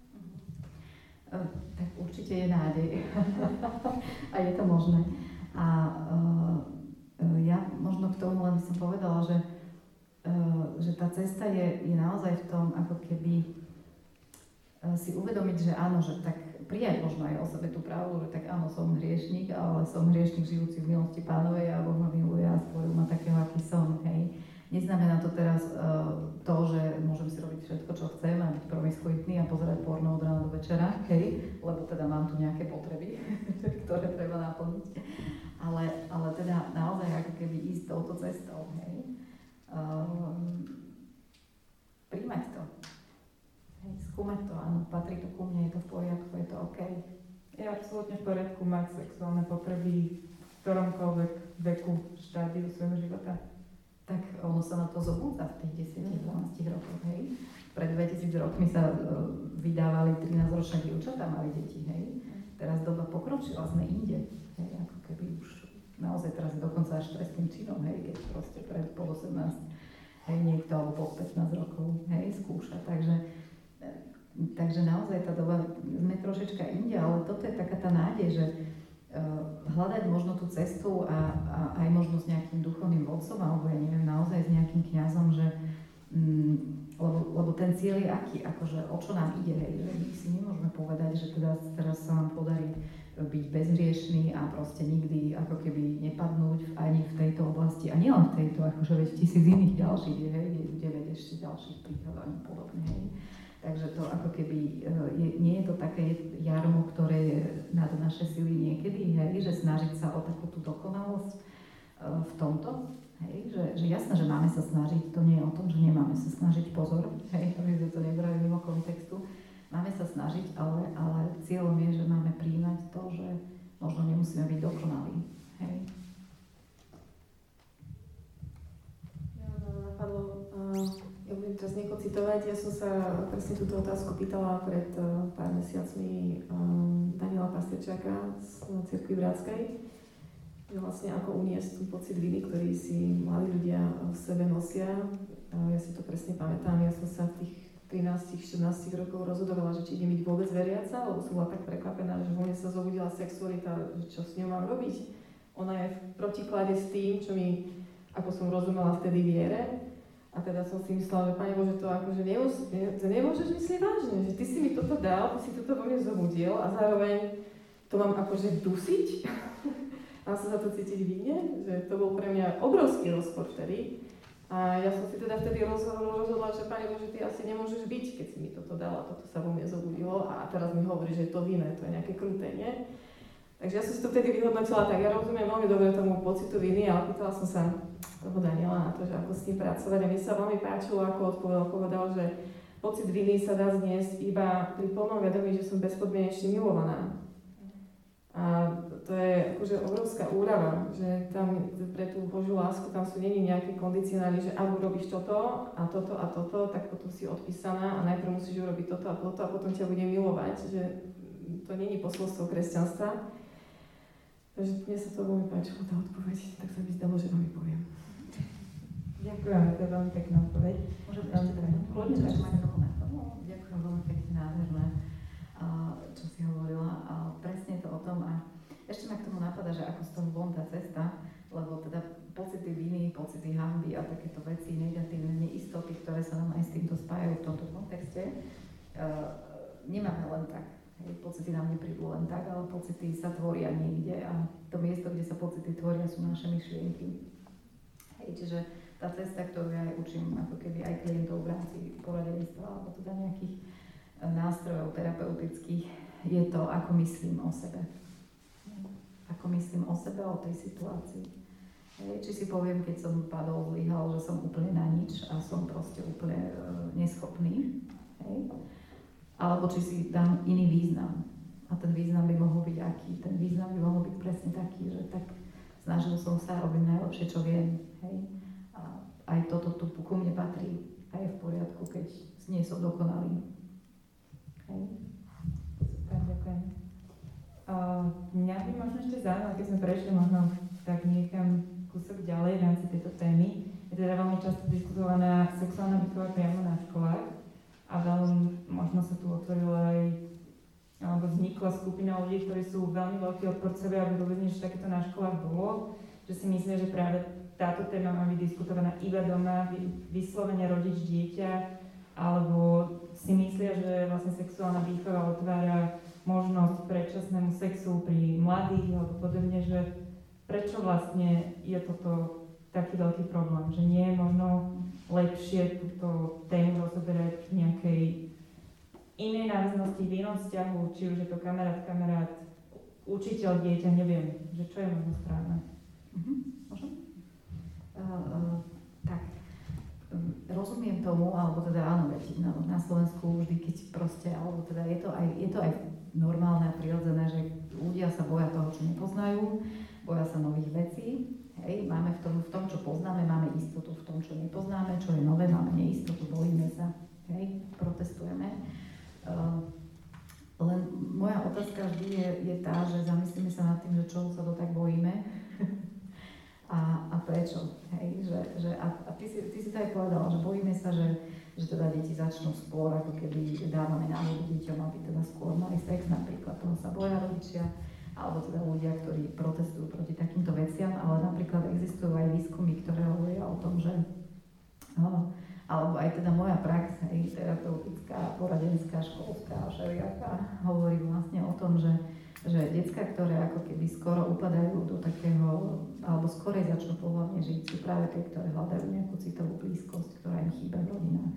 Tak určite je nádej. A je to možné. A ja možno k tomu len som povedala, že tá cesta je naozaj v tom, ako keby si uvedomiť, že áno, že tak prijať možno aj o sebe tú pravdu, že tak áno, som hriešnik, ale som hriešnik žijúci v milosti Pánovej a Boh ma miluje a stvoril ma takého, aký som, hej. Neznamená to teraz to, že môžem si robiť všetko, čo chcem a byť promiskuitný a pozerať porno od rána do večera, hej, lebo teda mám tu nejaké potreby, ktoré treba naplniť. Ale teda naozaj ako keby ísť touto cestou, hej. Príjmať to. Hej, skúmať to, áno, patrí to ku mne, je to v poriadku, je to OK. Je absolútne v poriadku mať sexuálne potreby v ktoromkoľvek veku, štádiu svojho života. Tak ono sa na to zobúdza v tých 10-12 rokoch, hej. Pred 2000 rokmi sa vydávali 13-ročné dievčatá, mali deti, hej. Teraz doba pokročila, sme inde, hej, ako keby už naozaj teraz dokonca až trestným činom, hej, keď proste po 18, hej, niekto alebo po 15 rokov, hej, skúša, Takže naozaj tá doba, sme trošička inde, ale toto je taká tá nádej, že hľadať možno tú cestu a aj možno s nejakým duchovným vodcom, alebo ja neviem, naozaj s nejakým kňazom, že lebo ten cieľ je aký, akože o čo nám ide, hej, že my si nemôžeme povedať, že teraz sa nám podarí byť bezhriešný a proste nikdy ako keby nepadnúť ani v tejto oblasti, a nielen v tejto, akože veď 1000 iných ďalších, hej, kde veď ešte ďalších príkladov podobne, hej. Takže to ako keby, nie je to také jarmo, ktoré je nad naše sily niekedy, hej, že snažiť sa o takú tú dokonalosť v tomto, hej, že jasné, že máme sa snažiť, to nie je o tom, že nemáme sa snažiť, pozor, hej, aby sme to nebrali mimo kontextu, máme sa snažiť, ale cieľom je, že máme prijímať to, že možno nemusíme byť dokonalí, hej. Ja budem teraz niekoho citovať. Ja som sa presne túto otázku pýtala pred pár mesiacmi Daniela Pastierčáka z Cirkvi Bratskej. Že vlastne ako uniesť tú pocit viny, ktorý si mladí ľudia v sebe nosia. Ja si to presne pamätám. Ja som sa v tých 13-14 rokov rozhodovala, že či idem byť vôbec veriaca, lebo som bola tak prekvapená, že vo mne sa zobudila sexualita, že čo s ňou mám robiť. Ona je v protiklade s tým, čo mi, ako som rozumela vtedy viere. A teda som si myslela, že Pane Bože, to akože to nemôžeš myslieť vážne, že Ty si mi toto dal, Ty si toto vo mne zobudil a zároveň to mám akože dusiť. Mám sa za to cítiť vinne, že to bol pre mňa obrovský rozpor vtedy. A ja som si teda vtedy rozhodla, že Pane Bože, Ty asi nemôžeš byť, keď si mi toto dal a toto sa vo mne zobudilo a teraz mi hovorí, že je to vinné, to je nejaké krútenie. Takže ja som si to vtedy vyhodnotila tak, ja rozumiem veľmi dobre tomu pocitu viny, ale pýtala som sa toho Daniela na to, že ako s tým pracovať. A mi sa veľmi páčilo, ako povedal, že pocit viny sa dá zniesť iba pri plnom vedomí, že som bezpodmienečne milovaná. A to je akože obrovská úrava, že tam pre tú Božiu lásku tam sú není nejaké kondicionály, že ak urobíš toto a toto a toto, tak potom si odpísaná a najprv musíš urobiť toto a toto a potom ťa bude milovať, že to není posolstvo kresťanstva. Takže mne sa to veľmi páčilo, tá odpoveď, tak sa mi zdalo, že vám ju poviem. Ďakujem, to je veľmi pekná odpoveď. Môžem ešte tak ďakujem veľmi pekne, nádherné, čo si hovorila. Presne to o tom a ešte ma k tomu napadá, že ako z toho von tá cesta, lebo teda pocity viny, pocity hanby a takéto veci, negatívne neistoty, ktoré sa nám aj s týmto spájajú v tomto kontexte, nemáme len tak. Pocity nám neprídu len tak, ale pocity sa tvoria niekde a to miesto, kde sa pocity tvoria, sú naše myšlienky. Čiže tá cesta, ktorú ja aj učím ako keby aj klientov v rámci poradenstva alebo teda nejakých nástrojov terapeutických, je to, ako myslím o sebe. Ako myslím o sebe, o tej situácii. Či si poviem, keď som padol, zlyhal, že som úplne na nič a som proste úplne neschopný. Alebo či si dám iný význam. A ten význam by mohol byť aký? Ten význam by mohol byť presne taký, že tak snažil som sa robiť najlepšie, čo viem. Hej? A aj toto tu ku mne patrí. A je v poriadku, keď nie som dokonalý. Hej? Super, ďakujem. Mňa by možno ešte zaujímalo, keď sme prešli možno tak niekam kúsok ďalej v rámci tejto témy. Je teda veľmi často diskutovaná sexuálna výchova priamo na školách. A veľmi možno sa tu otvorila aj, alebo vznikla skupina ľudí, ktorí sú veľmi veľkí odporcovia, aby vôbec niečo takéto na školách bolo. Že si myslia, že práve táto téma má byť diskutovaná iba doma, vyslovene rodič dieťa, alebo si myslia, že vlastne sexuálna výchova otvára možnosť predčasnému sexu pri mladých alebo podobne, že prečo vlastne je toto taký veľký problém, že nie je možno lepšie túto tému rozoberať v nejakej inej náväznosti, v inom vzťahu, či už je to kamarát, učiteľ, dieťa, neviem, že čo je možno správne. Môžem? Tak, rozumiem tomu, alebo teda áno, veď na Slovensku vždy, keď proste, alebo teda je to aj normálne a prirodzené, že ľudia sa boja toho, čo nepoznajú, boja sa nových vecí. Hej, máme v tom, čo poznáme, máme istotu, v tom, čo nepoznáme, čo je nové, máme neistotu, bojíme sa, hej, protestujeme. Len moja otázka vždy je tá, že zamyslíme sa nad tým, že čoho sa to tak bojíme a prečo. Hej, a ty si to aj povedala, že bojíme sa, že teda deti začnú skôr, ako keby dávame návod deťom, aby teda skôr mali sex, napríklad toho sa boja rodičia, alebo teda ľudia, ktorí protestujú proti takýmto veciam, ale napríklad existujú aj výskumy, ktoré hovoria o tom, že alebo aj teda moja prax, aj terapeutická, poradenská, školská, všelijaká, hovorí vlastne o tom, že decká, ktoré ako keby skoro upadajú do takého, alebo skorej začnú pohlavne žiť, sú práve tie, ktoré hľadajú nejakú citovú blízkosť, ktorá im chýba v rodinách.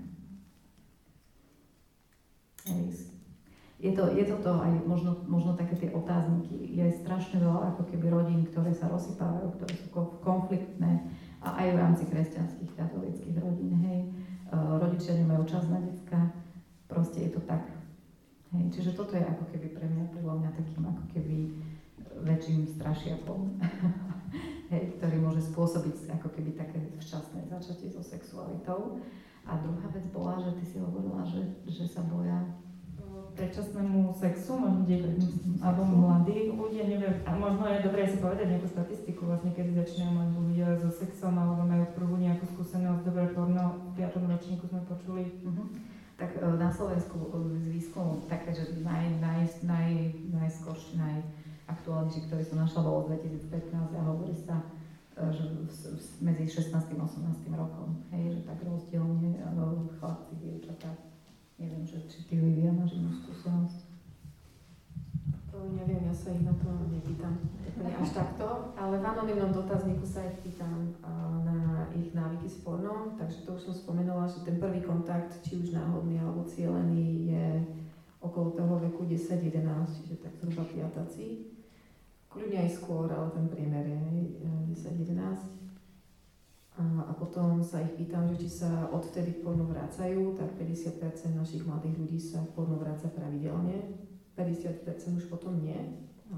Je to aj možno také tie otázniky. Je strašne veľa ako keby rodín, ktoré sa rozsypávajú, ktoré sú konfliktné a aj v rámci kresťanských, katolíckych rodín. Hej. Rodičia nemajú čas na decka, proste je to tak. Hej. Čiže toto je ako keby pre mňa, podľa mňa takým ako keby väčším strašiakom, hej, ktorý môže spôsobiť ako keby také včasné začatie so sexualitou. A druhá vec bola, že ty si hovorila, že sa boja predčasnému sexu, možno alebo mladí ľudia, neviem, a možno je dobré si povedať nejakú statistiku, vlastne kedy začínajú mladí ľudia so sexom, alebo majú prvú nejakú skúsenosť, dobré porno, v 5. ročníku sme počuli. Tak na Slovensku z výskumu také, že najskorší, najaktuálnejší, ktorý som našla, bolo 2015 a hovorí sa, že medzi 16. a 18. rokom, hej, že tak rozdielne chlapci, dievčatá. Neviem, či ty, Livia, máš inú skúsenosť? To neviem, ja sa ich na to nepýtam až takto, ale v anonymnom dotazníku sa ich pýtam na ich návyky s pornom, takže to už som spomenula, že ten prvý kontakt, či už náhodný alebo cielený, je okolo toho veku 10-11, čiže tak zhruba piataci. kľudne aj skôr, ale ten priemer je 10-11. A potom sa ich pýtam, že či sa odvtedy k pornu vracajú, tak 50% našich mladých ľudí sa k pornu vracia pravidelne, 50% už potom nie. No.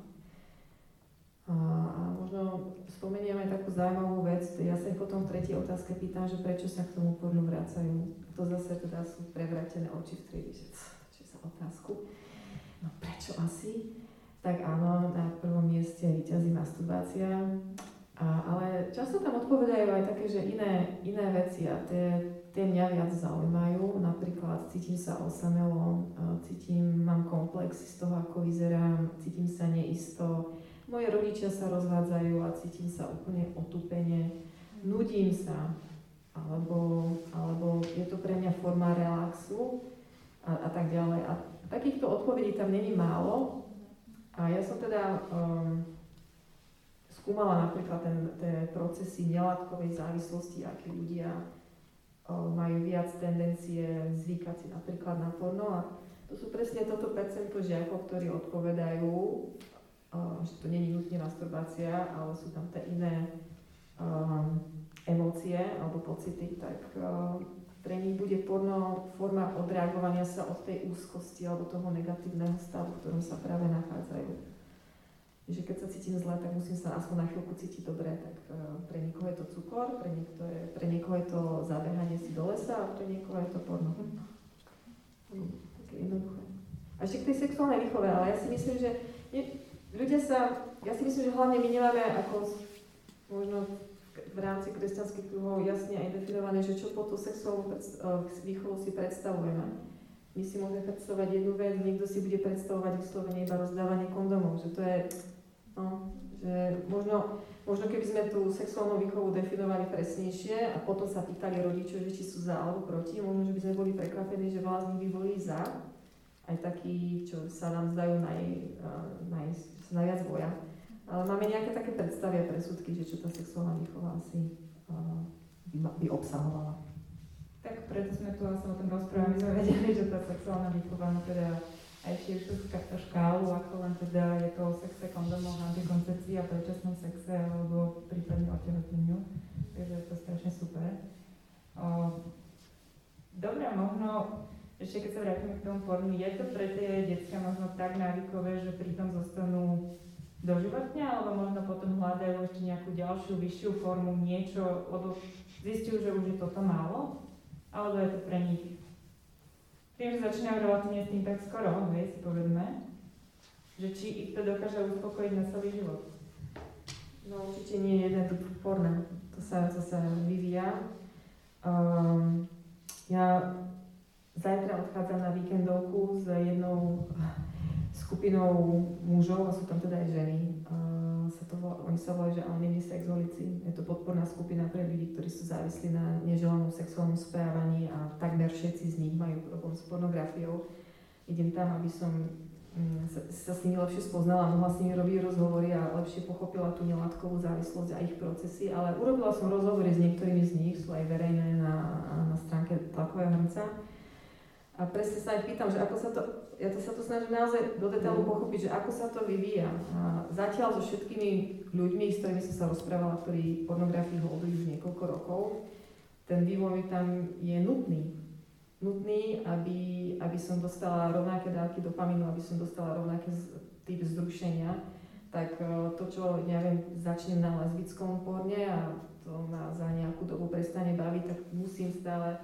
A možno spomeniem aj takú zaujímavú vec, ja sa ich potom v tretej otázke pýtam, že prečo sa k tomu pornu vracajú. To zase teda sú prevrátené oči v triedi, že čo za otázku. No prečo asi? Tak áno, na prvom mieste víťazí masturbácia. Ale často tam odpovedajú aj také, že iné veci a tie mňa viac zaujímajú. Napríklad cítim sa osamelo, mám komplexy z toho, ako vyzerám, cítim sa neisto. Moje rodičia sa rozvádzajú a cítim sa úplne otupene. Nudím sa, alebo je to pre mňa forma relaxu a tak ďalej. A takýchto odpovedí tam není málo. A ja som teda skúmala napríklad tie procesy nelátkovej závislosti, akí ľudia majú viac tendencie zvykať si napríklad na porno. A to sú presne toto percento žiakov, ktorí odpovedajú, že to nie je nutne masturbácia, ale sú tam tie iné emócie alebo pocity, tak pre nich bude porno forma odreagovania sa od tej úzkosti alebo toho negatívneho stavu, v ktorom sa práve nachádzajú. Že keď sa cítim zle, tak musím sa aspoň na chvíľku cítiť dobre, tak pre niekoho je to cukor, pre niekoho je to zabehanie si do lesa a pre niekoho je to porno. Také jednoduché. A ešte k tej sexuálnej výchove, ale ja si myslím, že hlavne my nemáme ako možno v rámci kresťanských kruhov jasne aj definované, že čo po tú sexuálnu výchovu si predstavujeme. My si môžeme predstavovať jednu vec, niekto si bude predstavovať vyslovene iba rozdávanie kondomov, že to je, že možno keby sme tú sexuálnu výchovu definovali presnejšie a potom sa pýtali rodičov, že či sú za alebo proti, možno, že by sme boli prekvapení, že veľa z nich by boli za, aj takí, čo sa nám zdajú najviac boja. Ale máme nejaké také predstavy a presudky, že čo tá sexuálna výchova asi by obsahovala. Tak preto sme tu asi o tom rozprávali, my sme vedeli, že tá sexuálna výchova má teda aj širšiu škálu, ako len teda je to o sexe, kondomoch, antikoncepcii a predčasnom sexe alebo prípadne otehotneniu. Takže je to strašne super. Dobre, možno ešte keď sa vrátime k tomu pornu, je to pre tie decká možno tak návykové, že pritom zostanú doživotne, alebo možno potom hľadajú ešte nejakú ďalšiu, vyššiu formu, niečo, lebo zistujú, že už je toto málo, alebo je to pre nich. Tým, že začínajú relatívne s tým tak skoro, si povedme, že či ich to dokáže uspokojiť na celý život. No určite nie je jeden typ porna, to sa vyvíja. Ja zajtra odchádzam na víkendovku s jednou skupinou mužov, a sú tam teda aj ženy. Oni sa volajú, že anonymní sexualici. Je to podporná skupina pre ľudí, ktorí sú závislí na neželanom sexuálnom správaní a takmer všetci z nich majú problém s pornografiou. Idem tam, aby som sa s nimi lepšie spoznala, mohla s nimi robiť rozhovory a lepšie pochopila tú nelátkovú závislosť a ich procesy, ale urobila som rozhovory s niektorými z nich, sú aj verejné na stránke Tlakového hrnca. A presne sa aj pýtam, že ako sa to, ja sa to snažím naozaj do detailu pochopiť, že ako sa to vyvíja. A zatiaľ so všetkými ľuďmi, s ktorými som sa rozprávala, ktorí pornografii holdujú už niekoľko rokov, ten vývoj tam je nutný. Nutný, aby som dostala rovnaké dávky dopamínu, aby som dostala rovnaké typ vzrušenia. Tak to, čo, neviem, začnem na lesbickom porne a to ma za nejakú dobu prestane baviť, tak musím stále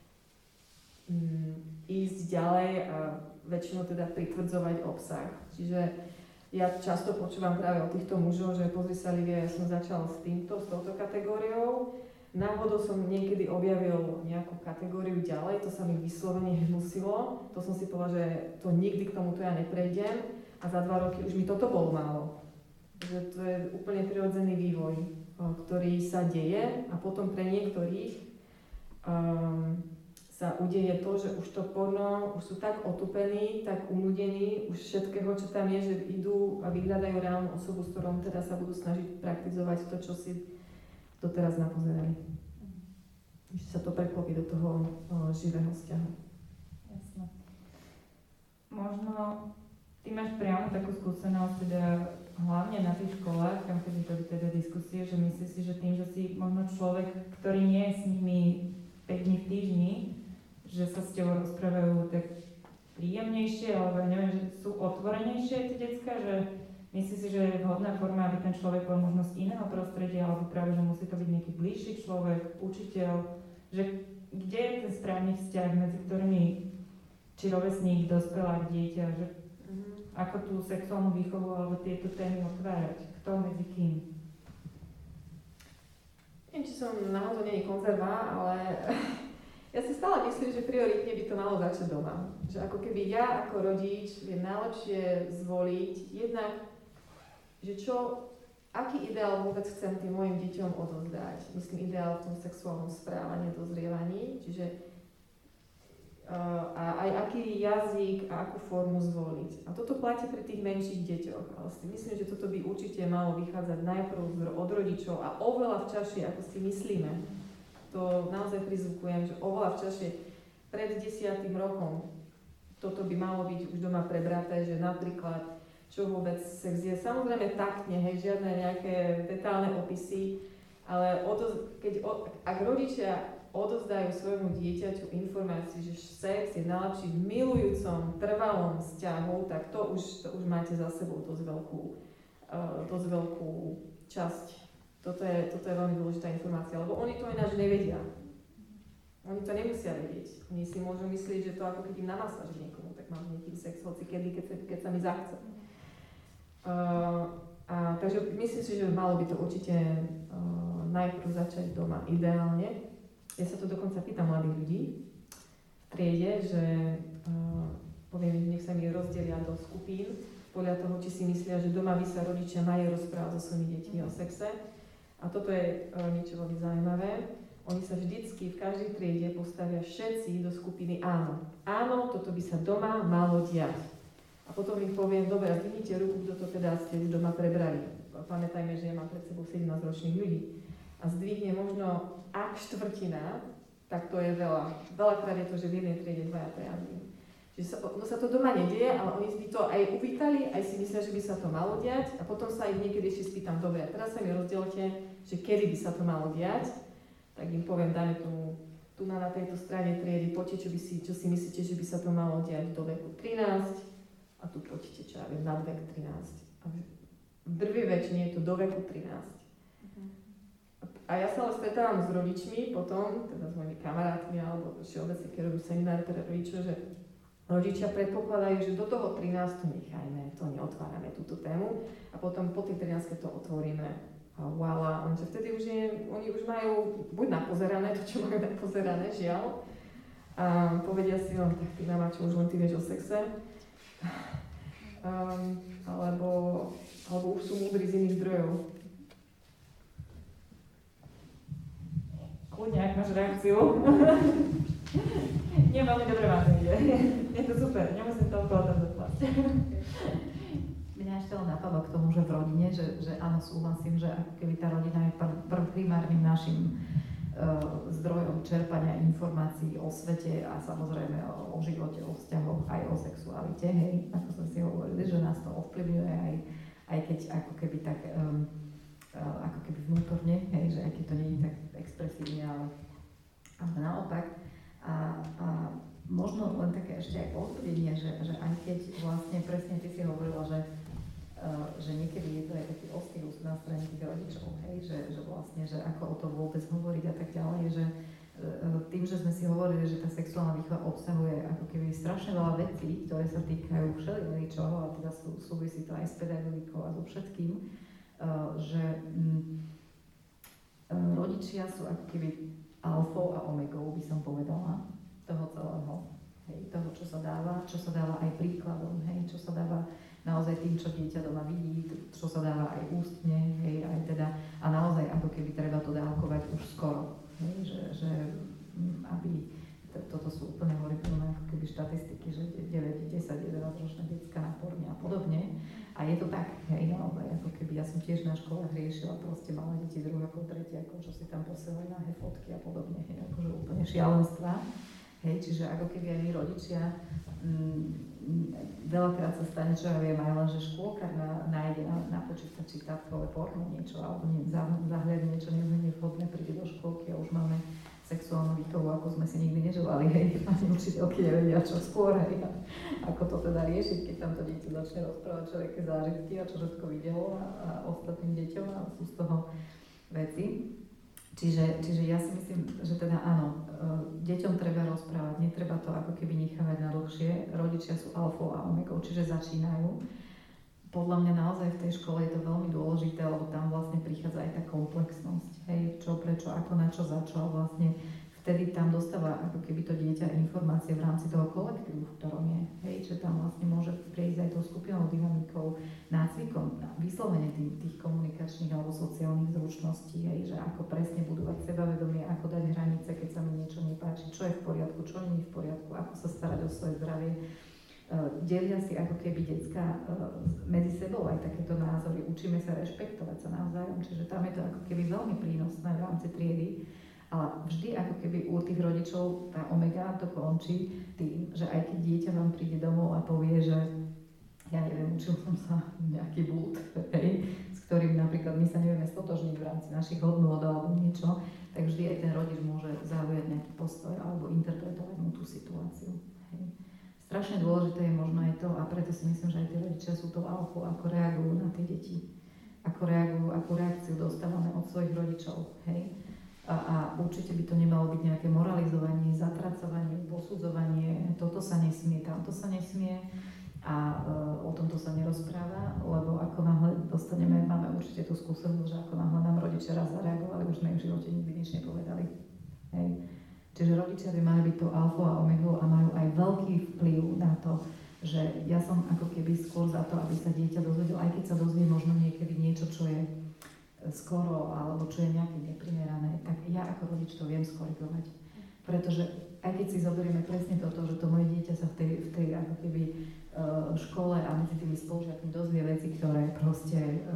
ísť ďalej a väčšinou teda pritvrdzovať obsah. Čiže ja často počúvam práve od týchto mužov, že pozri sa, Livia, ja som začala s touto kategóriou. Náhodou som niekedy objavil nejakú kategóriu ďalej, to sa mi vyslovene hnusilo. To som si povedala, že to nikdy k tomuto ja neprejdem a za 2 roky už mi toto bolo málo. Že to je úplne prirodzený vývoj, ktorý sa deje a potom pre niektorých sa udeje to, že už to porno, už sú tak otupení, tak unudení už všetkého, čo tam je, že idú a vyhľadajú reálnu osobu, s ktorou teda sa budú snažiť praktizovať to, čo si doteraz napozerali. Ešte sa to preklopí do toho živého vzťahu. Jasné. Možno ty máš priamo takú skúsenosť, teda hlavne na tých školách, kam kedy to teda diskusie, že myslíš si, že tým, že si možno človek, ktorý nie je s nimi 5 dní v týždni, že sa s tebou rozprávajú tak príjemnejšie, alebo neviem, že sú otvorenejšie tie decká, že myslíš si, že je vhodná forma, aby ten človek bol možno z iného prostredia, alebo práve, že musí to byť nejaký bližší človek, učiteľ, že kde je ten správny vzťah medzi ktorými, či rovesník, dospelák, dieťa, že ako tú sexuálnu výchovu alebo tieto témy otvárať, kto medzi kým? Neviem, či som naozaj nie je konzerva, ale ja si stále myslím, že prioritne by to malo začať doma. Že ako keby ja ako rodič viem najlepšie zvoliť jednak, že aký ideál vôbec chcem tým mojim deťom odozdať. Myslím ideál v tom sexuálnom správaní, dozrievaní, čiže a aj aký jazyk a akú formu zvoliť. A toto platí pri tých menších deťoch. Ale si myslím, že toto by určite malo vychádzať najprv od rodičov a oveľa včasšie, ako si myslíme. To naozaj prizvukujem, že oveľa včasšie pred 10. rokom toto by malo byť už doma prebraté, že napríklad čo vôbec sex je. Samozrejme taktne, hej, žiadne nejaké detálne opisy, ale ak rodičia odovzdajú svojmu dieťaťu informáciu, že sex je najlepší v milujúcom, trvalom vzťahu, tak to už máte za sebou dosť veľkú časť. Toto je veľmi dôležitá informácia, lebo oni to ináč nevedia. Oni to nemusia vedieť. Oni si môžu myslieť, že to ako keď im na masáž niekomu, tak mám nejaký sex, hoci keď sa mi zachce. Takže myslím si, že malo by to určite najprv začať doma, ideálne. Ja sa to dokonca pýtam mladých ľudí v triede, že poviem, nech sa mi rozdelia do skupín podľa toho, či si myslia, že doma by sa rodičia majú rozprávať so svojimi deťmi o sexe. A toto je niečo veľmi zaujímavé. Oni sa vždycky v každej triede postavia všetci do skupiny áno. Áno, toto by sa doma malo diať. A potom im poviem, dobre, zdvihnite ruku, kto to teda ste doma prebrali. Pamätajme, že ja mám pred sebou 17-ročných ľudí. A zdvihne možno ak štvrtina, tak to je veľa. Veľakrát je to, že v jednej triede 2-3. Čiže sa to doma nedieje, ale oni by to aj uvítali, aj si myslia, že by sa to malo diať. A potom sa ich niekedy ešte spýtam, dobre, a teraz sa mi rozdielte, že kedy by sa to malo diať. Tak im poviem, dajme tomu, tu na tejto strane triedy, poďte, čo si myslíte, že by sa to malo diať do veku 13. A tu poďte, čo ja viem, nad vek 13. A v drvivej väčšine je to do veku 13. A ja sa ale stretávam s rodičmi potom, teda s mojimi kamarátmi alebo všeobecne, keď robím semináre pre rodičov, že rodičia predpokladajú, že do toho 13. nechajme, to neotvárame túto tému a potom po tej 13. to otvoríme. A voilà, lenže vtedy oni už majú buď napozerané to, čo majú napozerané, žiaľ. A povedia si, no tak ty mama, čo už len ty vieš o sexe. Alebo už sú múdri z iných zdrojov. Kľudne, ak máš reakciu. Nie, veľmi dobre vám to ide. Je to super, nemusím toľko o tom doplať. Mňa ešte len napadlo k tomu, že v rodine, že áno, súhlasím, že ako keby tá rodina je primárnym našim zdrojom čerpania informácií o svete a samozrejme o živote, o vzťahoch, aj o sexualite, hej, ako sme si hovorili, že nás to ovplyvňuje aj keď ako keby tak ako keby vnútorne, hej, že aj keď to nie je tak expresívne, ale naopak. A možno len také ešte aj povzbudenie, že aj keď vlastne presne ty si hovorila, že niekedy je to aj taký ostýlus na strane tých rodičov, hej, že vlastne, že ako o tom vôbec hovoriť a tak ďalej, že tým, že sme si hovorili, že tá sexuálna výchova obsahuje ako keby strašne veľa vecí, ktoré sa týkajú všeličoho a teda súvisí to aj s pedagogikou a so všetkým, že rodičia sú ako keby alfou a omegou, by som povedala, toho celého, hej, toho, čo sa dáva aj príkladom, hej, čo sa dáva naozaj tým, čo dieťa doma vidí, čo sa dáva aj ústne, hej, aj teda, a naozaj ako keby treba to dávkovať už skoro, hej, že aby, toto sú úplne horribilné ako keby štatistiky, že 9, 10, 11 ročné detská na porne a podobne. A je to tak, hej, naozaj, ako keby ja som tiež na školách riešila proste malé deti druhákov, tretiakov, čo si tam posielali na fotky a podobne, hej, akože úplne šialenstva. Hej, čiže ako keby aj my rodičia, veľakrát sa stane, čo ja viem, aj len, že škôlka nájde na počítači tátkové porno niečo, alebo zahľadne niečo nevhodné, príde do škôlky a už máme sexuálnu výchovu, ako sme si nikdy neželali, hej, ani učiteľky nevedia, čo skôr, hej, ako to teda riešiť, keď tam to dieťa začne rozprávať človeké zážitky a čo všetko videlo a ostatným deťom a sú z toho veci. Čiže ja si myslím, že teda áno, deťom treba rozprávať, netreba to ako keby nechávať na dlhšie, rodičia sú alfou a omegou, čiže začínajú. Podľa mňa naozaj v tej škole je to veľmi dôležité, lebo tam vlastne prichádza aj tá komplexnosť, hej, čo, prečo, ako, na čo, za čo a vlastne vtedy tam dostáva ako keby to dieťa informácie v rámci toho kolektívu, v ktorom je, hej, že tam vlastne môže prejsť aj tou skupinovou dynamikou, nácvikom, vyslovene tých komunikačných alebo sociálnych zručností, hej, že ako presne budovať sebavedomie, ako dať hranice, keď sa mi niečo nepáči, čo je v poriadku, čo nie je v poriadku, ako sa starať o svoje zdravie. Delia si ako keby decká medzi sebou aj takéto názory, učíme sa rešpektovať sa navzájom, čiže tam je to ako keby veľmi prínosné v rámci triedy, ale vždy ako keby u tých rodičov tá omega to končí tým, že aj keď dieťa vám príde domov a povie, že ja neviem, učil som sa nejaký blúd, hej, s ktorým napríklad my sa nevieme stotožniť v rámci našich hodnôt alebo niečo, tak vždy aj ten rodič môže zaujať nejaký postoj alebo interpretovať mu tú situáciu. Hej. Strašne dôležité je možno aj to, a preto si myslím, že aj tí rodičia sú to alfou, ako reagujú na tie deti. Ako reagujú, akú reakciu dostávame od svojich rodičov. Hej? A určite by to nemalo byť nejaké moralizovanie, zatracovanie, posudzovanie, toto sa nesmie, tamto sa nesmie a o tomto sa nerozpráva, lebo ako náhle máme určite tú skúsenosť, že ako náhle nám rodičia raz zareagovali, už sme im v živote nikdy nič nepovedali. Hej? Čiže rodičia by mali byť to alfou a omegou a majú aj veľký vplyv na to, že ja som ako keby skôr za to, aby sa dieťa dozvedelo, aj keď sa dozvie možno niekedy niečo, čo je skoro alebo čo je nejaké neprimerané, tak ja ako rodič to viem skorigovať. Pretože aj keď si zoberieme presne toto, že to moje dieťa sa v tej ako keby škole a medzi tými spolužiakmi dozvie veci, ktoré proste,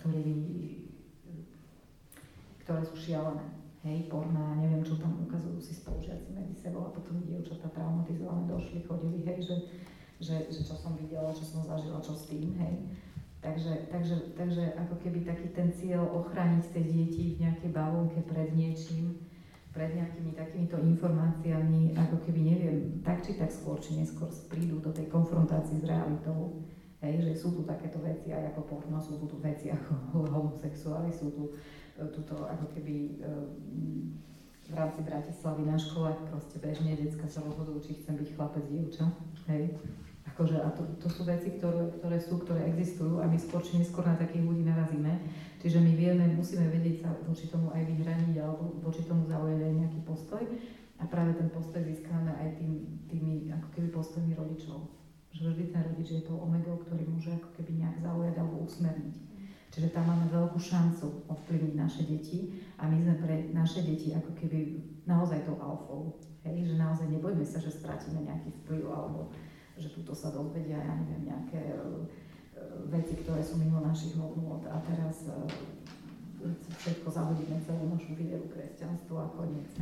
ktoré sú šialené. Hej, porná, neviem, čo tam ukazujú si spolužiaci medzi sebou a potom dievčatá traumatizované došli, chodili, hej, že čo som videla, čo som zažila, čo s tým, hej. Takže ako keby taký ten cieľ ochrániť tie deti v nejakej bavlnke pred niečím, pred nejakými takýmito informáciami, ako keby neviem, tak či tak skôr, či neskôr prídu do tej konfrontácii s realitou. Hej, že sú tu takéto veci aj ako porno, sú tu veci ako homosexuáli, sú tu tuto ako keby v rámci Bratislavy na škole proste bežne decka sa rozhodujú, či chcem byť chlapec, dievča, hej. Akože, a to sú veci, ktoré existujú a my skôr či neskôr na takých ľudí narazíme. Čiže my musíme vedieť sa voči tomu aj vyhraniť alebo voči tomu zaujať aj nejaký postoj a práve ten postoj získame aj tými ako keby postojmi rodičov. Že vždy ten rodič je tou omegou, ktorý môže ako keby nejak zaujať alebo usmerniť. Čiže tam máme veľkú šancu ovplyvniť naše deti a my sme pre naše deti ako keby naozaj tou alfou. Hej? Že naozaj nebojme sa, že stratíme nejaký vplyv alebo že tuto sa dozvedia, ja neviem, nejaké veci, ktoré sú mimo našich hodnôt a teraz všetko zahodíme celú našu vieru, kresťanstvo a koniec.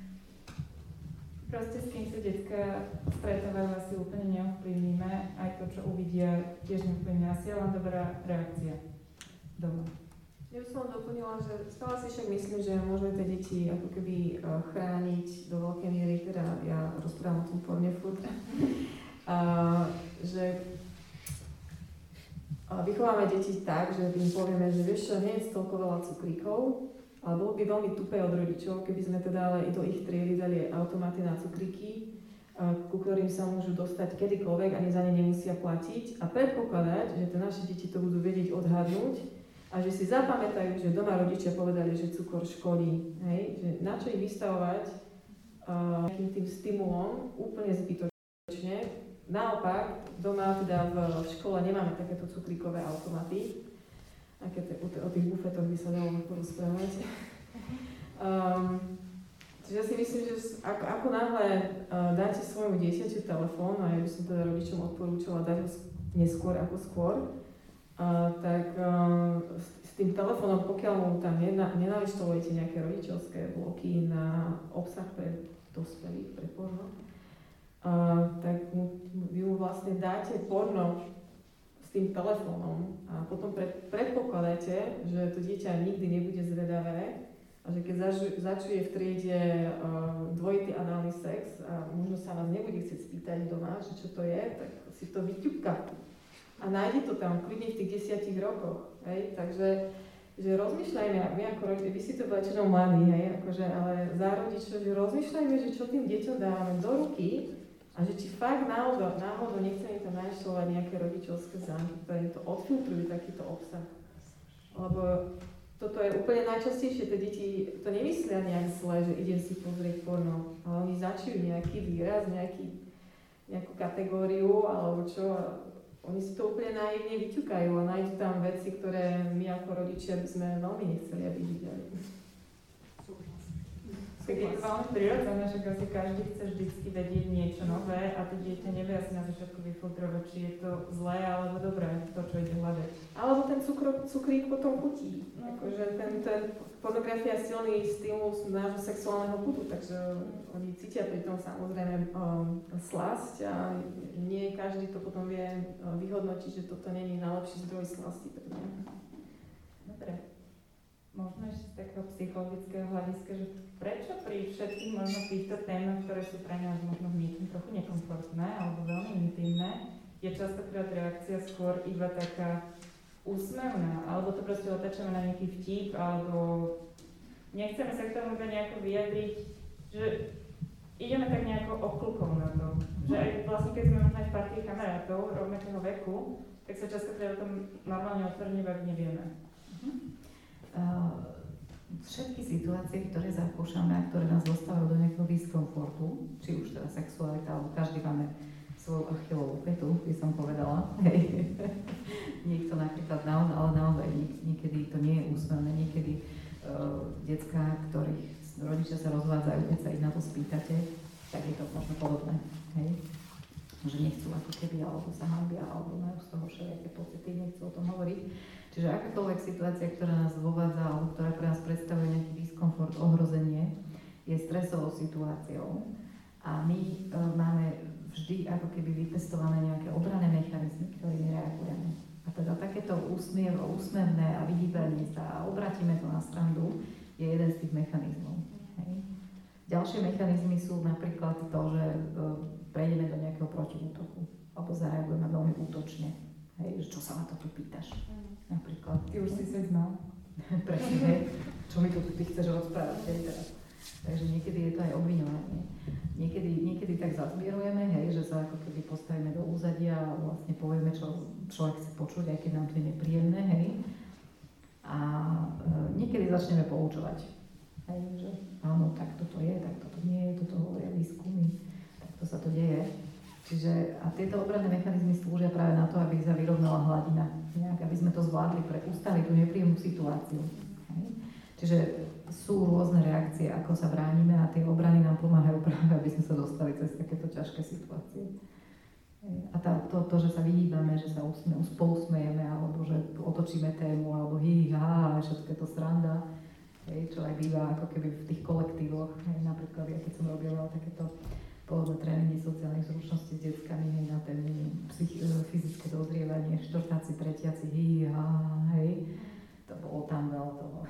Proste s kým sa detská stretávajú asi úplne neovplyvníme, aj to, čo uvidia, tiež neovplyvní, asi je len dobrá reakcia doma. Ja by som doplnila, že stále si však myslím, že môžeme tie deti ako keby chrániť do veľkej miery, teda ja rozprávam o tom porne furt, že vychováme deti tak, že im povieme, že vieš čo, nie je toľko veľa cukríkov, ale bolo by veľmi tupé od rodičov, keby sme teda ale i do ich triedy dali automaty na cukríky, ku ktorým sa môžu dostať kedykoľvek, ani za ne nemusia platiť a predpokladať, že tie naše deti to budú vedieť odhadnúť a že si zapamätajú, že doma rodičia povedali, že cukor škodí, hej? Že na čo ich vystavovať nejakým tým stimulom úplne zbytočne. Naopak, doma teda v škole nemáme takéto cukríkové automaty, o tých bufetoch by sa dalo porozprávať. Čiže ja si myslím, že ako náhle dáte svojmu dieťaťu telefón, a ja by som teda rodičom odporúčala dať ho neskôr ako skôr, tak s tým telefónom, pokiaľ mu tam nenainštalujete nejaké rodičovské bloky na obsah pre dospelých, pre porno, dáte porno s tým telefónom a potom predpokladáte, že to dieťa nikdy nebude zvedavé a že keď začuje v triede dvojitý análny sex a možno sa vás nebude chcieť spýtať doma, že čo to je, tak si to vyťupka. A nájde to tam kľudne v tých 10 rokoch. Hej? Takže že rozmýšľajme, my ako rodičia, vy si to väčšinou mladí, hej, akože, ale za rodičov, že rozmýšľajme, že čo tým deťom dávame do ruky a že či fakt náhodou nechceme tam nainštalovať nejaké rodičovské zámky, ktoré to odfiltrujú takýto obsah. Lebo toto je úplne najčastejšie, tie deti to nemyslia nejak zle, že idem si pozrieť porno, ale oni začujú nejaký výraz, nejakú kategóriu alebo čo. Oni si to úplne naivne vyťukajú a nájdu tam veci, ktoré my ako rodičia by sme veľmi nechceli, aby videli. Tak je to veľmi prirodzené, že asi každý chce vždycky vedieť niečo nové a to dieťa nevie asi na začiatku vyfiltrovať, či je to zlé alebo dobré, to, čo ide hľadať. Alebo ten cukrík potom chutí. Akože ten pornografia je silný stimulus nášho sexuálneho putu, takže oni cítia pri tom samozrejme slasť a nie každý to potom vie vyhodnotiť, že toto nie je najlepší zdroj slasti. Dobre. Možno ešte z takého psychologického hľadiska, že prečo pri všetkých možno týchto témach, ktoré sú pre nás možno v niečom trochu nekomfortné alebo veľmi intimné, je častokrát reakcia skôr iba taká úsmevná, alebo to proste otačame na nejaký vtip, alebo nechceme sa k tomu nejako vyjadriť, že ideme tak nejako okľukom na to. Že aj vlastne keď sme možno aj v partii kamarátov rovnakého veku, tak sa častokrát o tom normálne otvorene baviť nevieme. Všetky situácie, ktoré zakúšame a ktoré nás dostávajú do nejakého diskomfortu, či už teda sexualita, alebo každý máme svoju Achillovú pätu, by som povedala. Hej. Niekto napríklad naozaj niekedy to nie je úsmevné, niekedy decká, ktorých rodičia sa rozvádzajú, keď sa ich na to spýtate, tak je to možno podobné. Hej. Že nechcú ako keby, alebo sa hanbia, alebo majú z toho všelijaké pocity, nechcú o tom hovoriť. Čiže akákoľvek situácia, ktorá nás dovádza, alebo ktorá pre nás predstavuje nejaký diskomfort, ohrozenie, je stresovou situáciou. A my máme vždy ako keby vytestované nejaké obranné mechanizmy, ktorými reagujeme. A teda takéto úsmevné a vyhýbanie sa a obratíme to na srandu je jeden z tých mechanizmov. Hej. Ďalšie mechanizmy sú napríklad to, že prejdeme do nejakého protiútoku alebo zareagujeme veľmi útočne. Hej, že čo sa na to tu pýtaš? Napríklad. Ty už si sa znal. Presne, hej. Čo mi tu ty chceš rozprávať? Hej, teraz. Takže niekedy je to aj obviňovanie. Niekedy tak zazbierujeme, hej, že sa ako keby postavíme do úzadia a vlastne povieme, čo človek chce počuť, aj keď nám to je nepríjemné, hej. A niekedy začneme poučovať. Hej, že áno, tak toto je, tak toto nie je, toto hovoria výskumy, takto sa to deje. Čiže a tieto obranné mechanizmy slúžia práve na to, aby sa vyrovnala hladina, nejak, aby sme to zvládli, ustali tú nepríjemnú situáciu. Hej. Čiže sú rôzne reakcie, ako sa bránime a tie obrany nám pomáhajú práve, aby sme sa dostali cez takéto ťažké situácie. A to, že sa vyhýbame, že sa spousmejeme, alebo že otočíme tému, alebo všetko je to sranda, hej, čo aj býva ako keby v tých kolektívoch. Hej, napríklad, ja keď som robila takéto podobné tréningy sociálnych zručností s deckami, hej, na tému fyzické dozrievanie, štvrtáci, tretiaci, hej, to bolo tam veľa toho.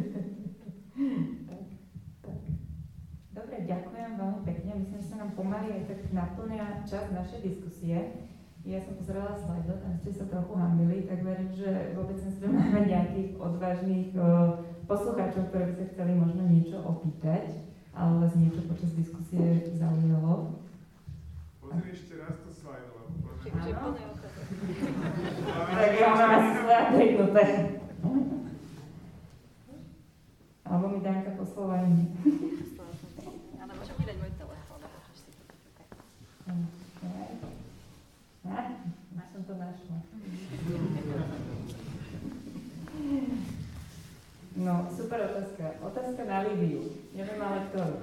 tak. Dobre, ďakujem veľmi pekne. Myslím, že sa nám pomaly aj tak naplňa čas našej diskusie. Ja som pozerala slajdo, tam ste sa trochu hanbili, tak verím, že vôbec máme nejakých odvážnych poslucháčov, ktorí by sa chceli možno niečo opýtať, ale vás niečo počas diskusie zaujalo. Pozri ešte raz to slajdo, lebo áno. Tak ja mám asi slajdo peknuté. Alebo mi Danka poslala iný. Áno, môžem mi dať môj telefón. Ja som to našla. No, super otázka. Otázka na Liviu. Neviem ale ktorú.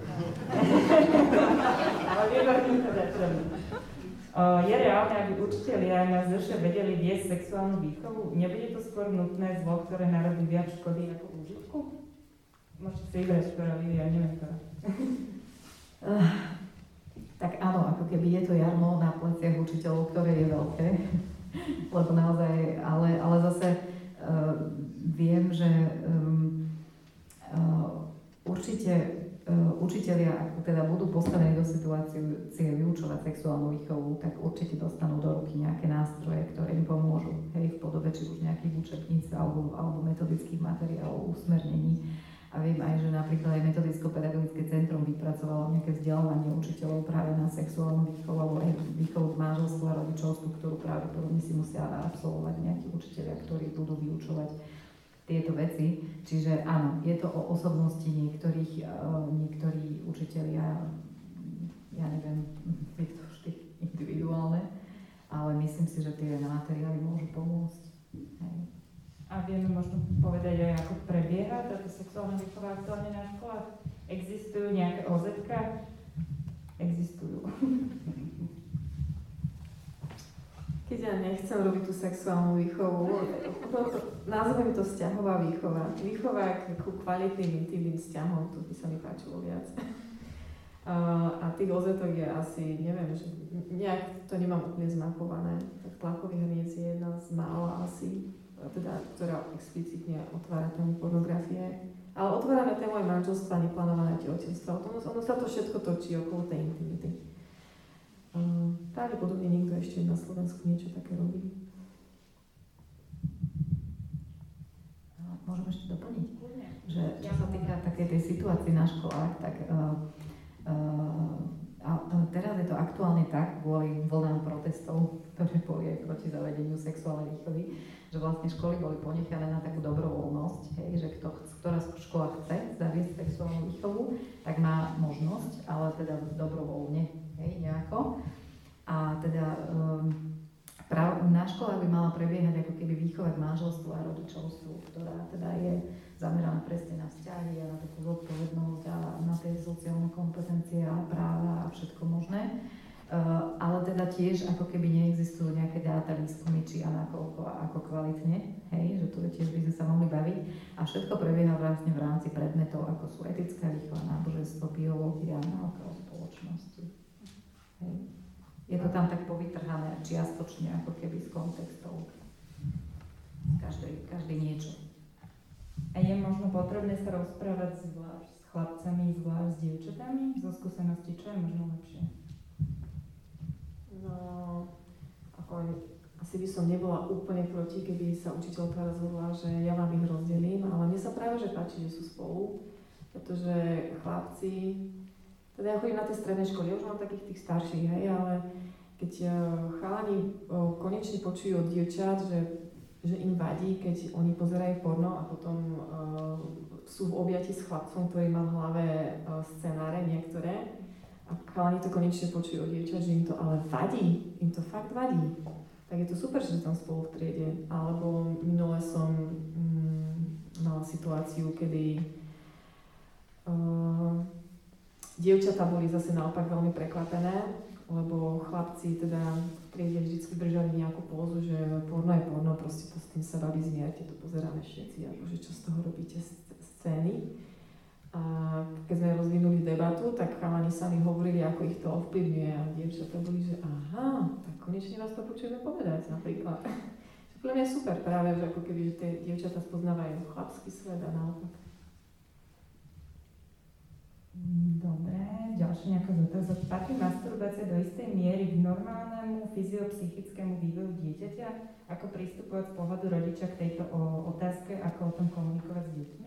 Ale výborný to začali. Je reálne, aby učitelia na ZŠ vedeli viesť sexuálnu výchovu? Nebude to skôr nutné zlo, ktoré narobí viac škody ako úžitku? Môžete si vybrať, ktorá Livia, neviem ktorá. tak áno, ako keby je to jarmo na pleciach učiteľov, ktoré je veľké, lebo naozaj, ale zase viem, že určite učitelia, ak teda budú postavení do situácie vyučovať sexuálnu výchovu, tak určite dostanú do ruky nejaké nástroje, ktoré im pomôžu, hej, v podobe či už nejakých učebníc alebo metodických materiálov, usmernení. A viem aj, že napríklad aj Metodicko-pedagogické centrum vypracovalo nejaké vzdelávanie učiteľov práve na sexuálnu výchovu alebo aj výchovu k manželstvu a rodičovstvu, ktorú pravdepodobne si musia absolvovať nejakí učitelia, ktorí budú vyučovať tieto veci. Čiže áno, je to o osobnosti niektorí učitelia, ja neviem, je to vždy individuálne, ale myslím si, že tie materiály môžu pomôcť. Hej. A vieme možno povedať aj, ako prebieha táto sexuálna výchova aktuálne na školách? Existujú nejaké OZ-ka? Existujú. Keď ja nechcem robiť tú sexuálnu výchovu, nazvem to vzťahová výchova. Výchova ku kvalitným intimným vzťahom, to by sa mi páčilo viac. A tých OZ-ok je asi, neviem, že nejak to nemám úplne zmapované. Tak tlakový hrniec je jedna z mála asi, teda, ktorá explicitne otvára tému pornografie. Ale otvárame tému aj manželstva, neplánované tehotenstva. Ono sa to všetko točí okolo tej intimity. Pravdepodobne niekto ešte na Slovensku niečo také robí. Môžem ešte doplniť, že čo sa týka takej tej situácii na školách, tak teraz je to aktuálne tak, kvôli vlnám protestov, ktoré boli aj proti zavedeniu sexuálnej výchovy, že vlastne školy boli ponechané na takú dobrovoľnosť, hej, že ktorá škola chce zaviesť sexuálnu výchovu, tak má možnosť, ale teda dobrovoľne, hej, nejako. A teda na školách by mala prebiehať ako keby výchova k manželstvu a rodičovstvu, ktorá teda je zameraná presne na vzťahy a na takú zodpovednosť a na tie sociálne kompetencie a práva a všetko možné. Ale teda tiež ako keby neexistujú nejaké dáta, výskumy, či a nakoľko a ako kvalitne, hej, že to tiež by sme sa mohli baviť. A všetko prebieha vlastne v rámci predmetov, ako sú etická výchova, náboženstvo, biológia, náuka o spoločnosti. Hej. Je to tam tak povytrhané čiastočne ako keby z kontextov. Každý niečo. A je možno potrebné sa rozprávať zvlášť s chlapcami, zvlášť s dievčatami? Zo skúsenosti, čo je možno lepšie? No, asi by som nebola úplne proti, keby sa učiteľka rozhodla, že ja vám ich rozdelím, ale mne sa práve že páči, že sú spolu, pretože chlapci, teda ja chodím na tie stredné školy, ja už mám takých tých starších, hej, ale keď chalani konečne počujú od dievčat, že im vadí, keď oni pozerajú porno a potom sú v objati s chlapcom, ktorý má v hlave scenáre niektoré, a chalani to konečne počujú od dievčat, že im to ale vadí, im to fakt vadí. Tak je to super, že sú tam spolu v triede. Alebo minule som mala situáciu, kedy dievčatá boli zase naopak veľmi prekvapené, lebo chlapci teda v triede vždy držali nejakú pózu, že porno je porno, proste s tým sa baví zmierte, to pozeráme všetci, akože čo z toho robíte scény. A keď sme rozvinuli debatu, tak chalani sami hovorili, ako ich to ovplyvňuje a dievčatá boli, že aha, tak konečne vás to počujeme povedať napríklad. Čo pre mňa je super práve, že ako keby že tie dievčatá spoznávajú chlapský svet a naopak. Dobre, ďalšie nejaká otázka. Patrí masturbácia do istej miery k normálnemu fyziopsychickému vývoju dieťaťa? Ako pristupovať z pohľadu rodiča k tejto otázke, ako o tom komunikovať s deťmi?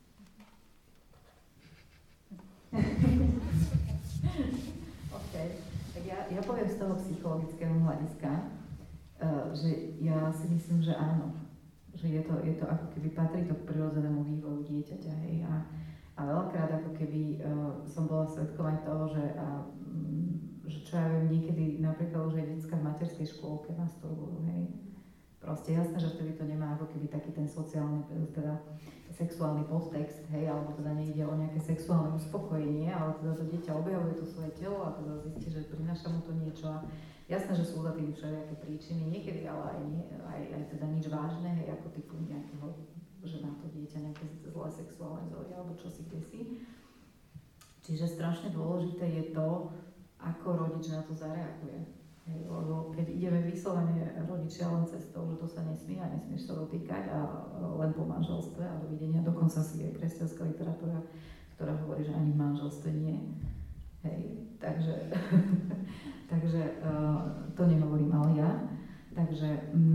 OK, tak ja poviem z toho psychologického hľadiska, že ja si myslím, že áno, že je to ako keby patrí to k prirodzenému vývoju dieťaťa, hej, a veľakrát ako keby som bola svedkom aj toho, že čo ja viem, niekedy napríklad už aj detská v materskej škôlke masturbujú, hej. Proste jasné, že vtedy to nemá ako keby taký ten sociálny, teda sexuálny podtext, hej, alebo teda nejde o nejaké sexuálne uspokojenie, ale teda to dieťa objavuje to svoje telo a teda zistí, že prináša mu to niečo a jasné, že sú za tým všelijaké príčiny, niekedy ale aj teda nič vážne, hej, ako typu nejakého, že má to dieťa nejaké zlé sexuálne vzory alebo čosi kdesi. Čiže strašne dôležité je to, ako rodič na to zareaguje. Hej, lebo keď ideme vyslovene rodičia len cestou, že to sa nesmie a nesmieš sa dotýkať a len po manželstve a dovidenia, dokonca si aj kresťanská literatúra, ktorá hovorí, že ani v manželstve nie. Hej, takže to nehovorím ale ja. Takže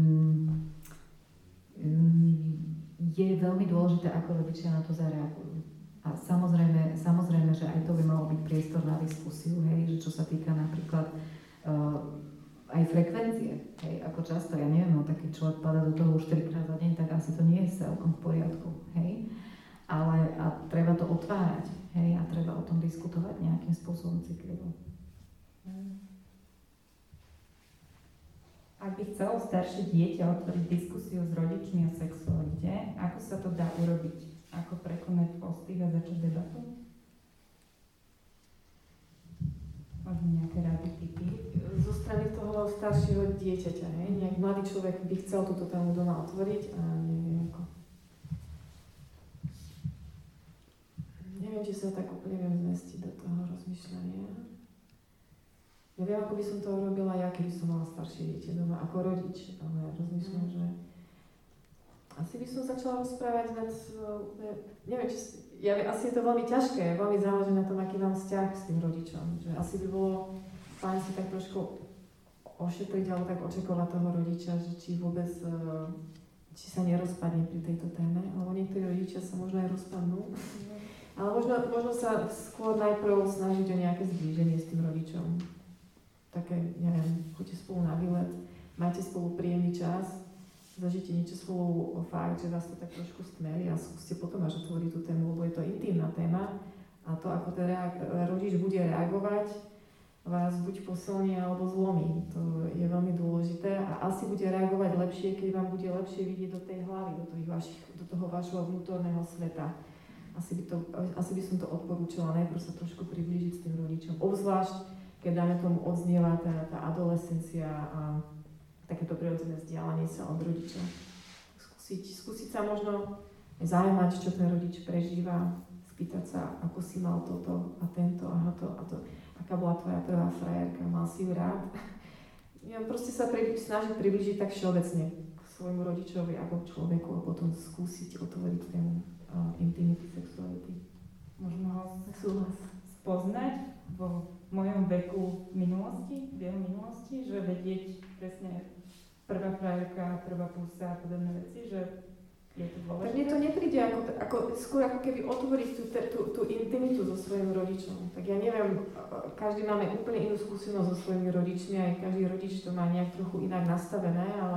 je veľmi dôležité, ako rodičia na to zareagujú. A samozrejme, že aj to by malo byť priestor na diskusiu, hej, že čo sa týka napríklad aj frekvencie, hej, ako často, ja neviem, no taký človek padá do toho už 4-krát za deň, tak asi to nie je celkom v poriadku, hej. Ale a treba to otvárať, hej, a treba o tom diskutovať nejakým spôsobom citlivo. Ak by chcelo staršie dieťa otvoriť diskusiu s rodičmi o sexualite, ako sa to dá urobiť? Ako prekonať postih a začať debatu? Možno nejaké rady, tipy? Zo strany toho staršieho dieťaťa, hej? Nejak mladý človek by chcel túto tému doma otvoriť a neviem ako. Neviem, či sa tak úplne viem zmestiť do toho rozmýšľania. Neviem, ako by som to urobila ja, keby som mala staršie dieťa doma, ako rodič, ale rozmýšľam, že asi by som začala rozprávať neviem, asi je to veľmi ťažké, veľmi záleží na tom, aký mám vzťah s tým rodičom, že asi by bolo fajn si tak trošku ošetriť alebo tak očakovať toho rodiča, že či vôbec, či sa nerozpadne pri tejto téme, alebo niektorí rodičia sa možno aj rozpadnú, ale možno sa skôr najprv snažiť o nejaké zblíženie s tým rodičom. Také, neviem, choďte spolu na výlet, majte spolu príjemný čas, zažite niečo spolu o fakt, že vás to tak trošku stmeli a skúste potom až otvoriť tú tému, lebo je to intimná téma a to, ako ten rodič bude reagovať, vás buď posilní alebo zlomí. To je veľmi dôležité a asi bude reagovať lepšie, keď vám bude lepšie vidieť do tej hlavy, do toho vašho vnútorného sveta. Asi by som to odporúčala najprv sa trošku priblížiť s tým rodičom, obzvlášť keď dáme tomu odznieva tá adolescencia a takéto prirodzené vzdialenie sa od rodiča. Skúsiť sa možno zaujímať, čo ten rodič prežíva, spýtať sa, ako si mal toto a tento a to. Aká bola tvoja prvá frajerka, mal si ju rád? Ja proste sa snažiť priblížiť tak všeobecne k svojmu rodičovi ako k človeku a potom skúsiť otvoriť tému intimity, sexuality. Možno ho spoznať vo mojom veku v jeho minulosti, že vedieť presne prvá frajerka, prvá pusa a podobné veci, že je to dôležité. Tak mne to nepríde skôr ako keby otvoriť tú intimitu so svojím rodičom. Tak ja neviem, každý máme úplne inú skúsenosť so svojimi rodičmi, aj každý rodič to má nejak trochu inak nastavené, ale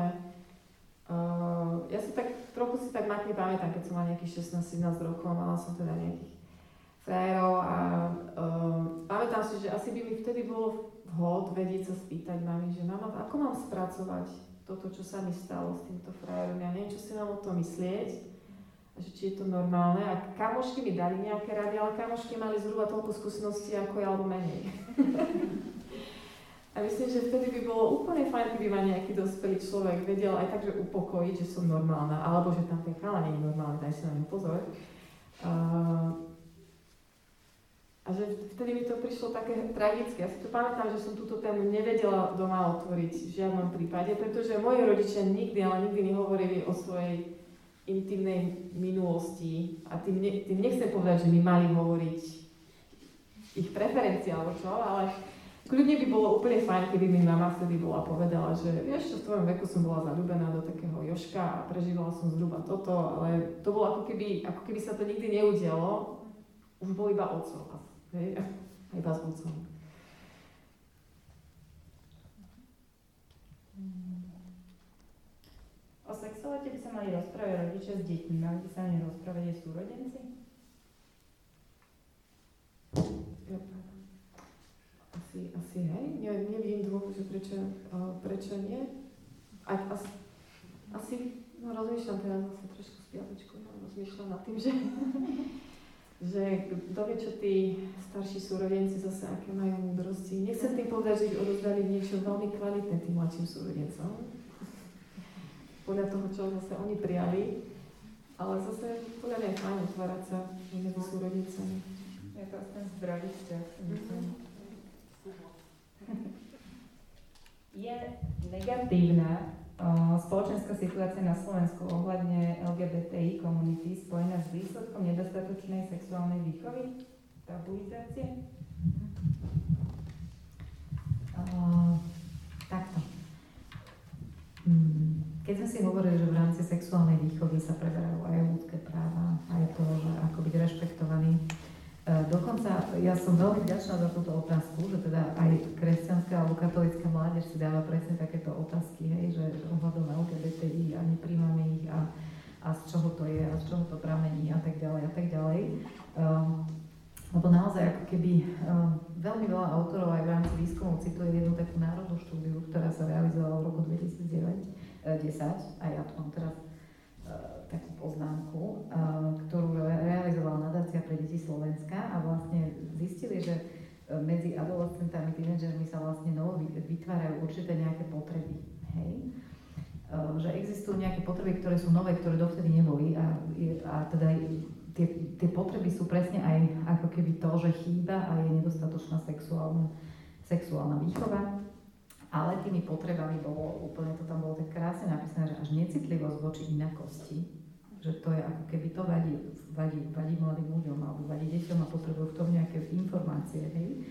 ja si tak trochu matne pamätám, keď som mala nejakých 16-17 rokov, mala som teda nejakých frajerov a pamätám si, že asi by mi vtedy bolo vhod vedieť sa spýtať mami, že mama, ako mám spracovať toto, čo sa mi stalo s týmto frajerom, ja neviem, čo si mám o tom myslieť, a že či je to normálne. A kamošky mi dali nejaké rady, ale kamošky mali zhruba toľko skúseností ako ja, alebo menej. A myslím, že vtedy by bolo úplne fajn, keby ma nejaký dospelý človek vedel aj tak, že upokojiť, že som normálna, alebo že tam ten chala nie je normálny, daj si na ňu pozor. A že vtedy mi to prišlo také tragické. Ja si to pamätám, že som túto tému nevedela doma otvoriť v žiadnom prípade, pretože moji rodičia nikdy nehovorili o svojej intimnej minulosti. A tým nechcem povedať, že mi mali hovoriť ich preferencie alebo čo, ale kľudne by bolo úplne fajn, keby mi mama vtedy povedala, že vieš čo, v tvojom veku som bola zaľúbená do takého Jožka a prežívala som zhruba toto, ale to bolo ako keby sa to nikdy neudialo, už bol iba otcov. Hej, a iba s otcom. O sexualite by sa mali rozprávať rodičia s deťmi, mali by sa o nej rozprávať aj súrodenci? Asi hej, nevidím dôvod, že prečo nie. Asi, rozmýšľam teraz zase trošku spiatočku, rozmýšľam nad tým, že kto vie, čo tí starší súrodenci zase, aké majú múdrosti. Nechcem tým povedať, že ich odozdali niečo veľmi kvalitné tým mladším súrodencom. Podľa toho, čo zase oni prijali. Ale zase podľa mňa je fajn otvárať sa medzi súrodencami. Je to ten zdravý vzťah. negatívna spoločenská situácia na Slovensku ohľadne LGBTI komunity spojená s výsledkom nedostatočnej sexuálnej výchovy? Tabuizácie? Takto. Keď sme si hovorili, že v rámci sexuálnej výchovy sa preberajú aj ľudské práva, aj to, že ako byť rešpektovaný. Dokonca ja som veľmi vďačná za túto otázku, že teda aj kresťanská alebo katolická mládež si dáva presne takéto otázky, hej, že ohľadom LGBTI a nepríjmaných a z čoho to je a z čoho to pramení a tak ďalej a tak ďalej. Lebo naozaj ako keby veľmi veľa autorov aj v rámci výskumu cituje jednu takú národnú štúdiu, ktorá sa realizovala v roku 2010 a ja tu mám teraz takú poznámku, ktorú realizovala nadácia pre deti Slovenska a vlastne zistili, že medzi adolescentami, tínedžermi sa vlastne novo vytvárajú určité nejaké potreby. Hej? Že existujú nejaké potreby, ktoré sú nové, ktoré dovtedy neboli a teda tie potreby sú presne aj ako keby to, že chýba a je nedostatočná sexuálna výchova. Ale tými potrebami bolo, úplne to tam bolo tak krásne napísané, že až necitlivosť voči inakosti, že to je ako keby to vadí mladým ľuďom alebo vadí deťom a potrebujú v tom nejaké informácie, hej,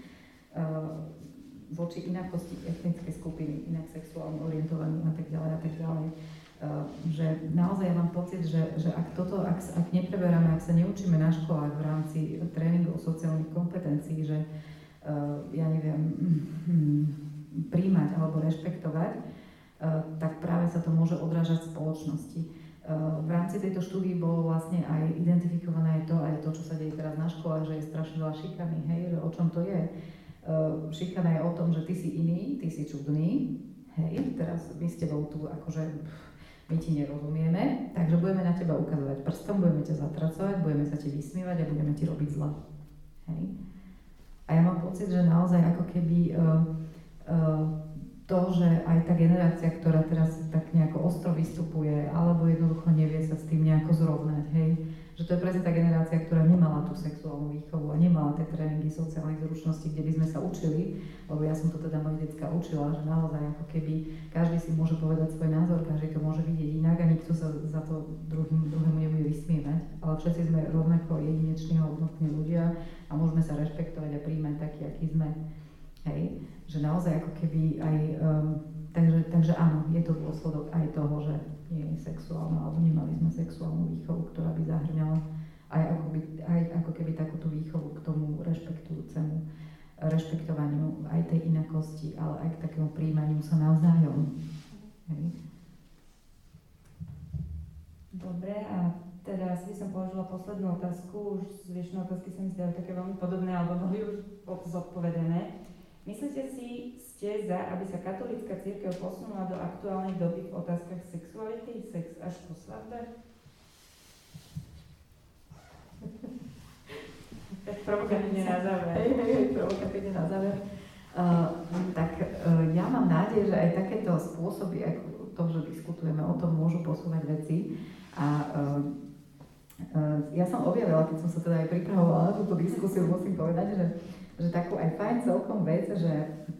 voči inakosti etnické skupiny, inak sexuálne orientovaní a tak ďalej. Že naozaj ja mám pocit, že ak nepreberáme, ak sa neučíme na školách v rámci tréningu sociálnych kompetencií, že ja neviem, príjmať alebo rešpektovať, tak práve sa to môže odrážať v spoločnosti. V rámci tejto štúdie bolo vlastne aj identifikované aj to, čo sa deje teraz na školách, že je strašne veľa šikany, hej, že o čom to je. Šikana je o tom, že ty si iný, ty si čudný, hej, teraz my s tebou tu akože my ti nerozumieme, takže budeme na teba ukazovať prstom, budeme ťa zatracovať, budeme sa ti vysmievať a budeme ti robiť zle. Hej. A ja mám pocit, že naozaj ako keby to, že aj tá generácia, ktorá teraz tak nejako ostro vystupuje, alebo jednoducho nevie sa s tým nejako zrovnať, hej, že to je presne tá generácia, ktorá nemala tú sexuálnu výchovu a nemala tie tréningy sociálnych zručností, kde by sme sa učili, lebo ja som to teda moje decka učila, že naozaj ako keby každý si môže povedať svoj názor, každý to môže vidieť inak a nikto sa za to druhému nebude vysmievať, ale všetci sme rovnako jedineční a hodnotní ľudia a môžeme sa rešpektovať a príjmať taký, aký sme. Hej, že naozaj ako keby aj, takže áno, je to dôsledok aj toho, že nie je sexuálna, alebo nemali sme sexuálnu výchovu, ktorá by zahrňala aj ako keby takúto výchovu k tomu rešpektovaniu aj tej inakosti, ale aj k takému príjmaniu sa navzájom. Hej. Dobre, a teraz by som položila poslednú otázku, už zvyšné otázky sa mi zdajú také veľmi podobné, alebo boli už zodpovedané. Myslíte ste za, aby sa katolícka cirkev posunula do aktuálnej doby v otázkach sexuality, sex až po svadbe? Tak provokatívne na záver. Provokatívne na záver. Ja mám nádej, že aj takéto spôsoby, ako to, že diskutujeme o tom, môžu posúvať veci. A ja som objavila, keď som sa teda aj pripravovala na túto diskusiu, musím povedať, že takú aj fajn celkom vec, že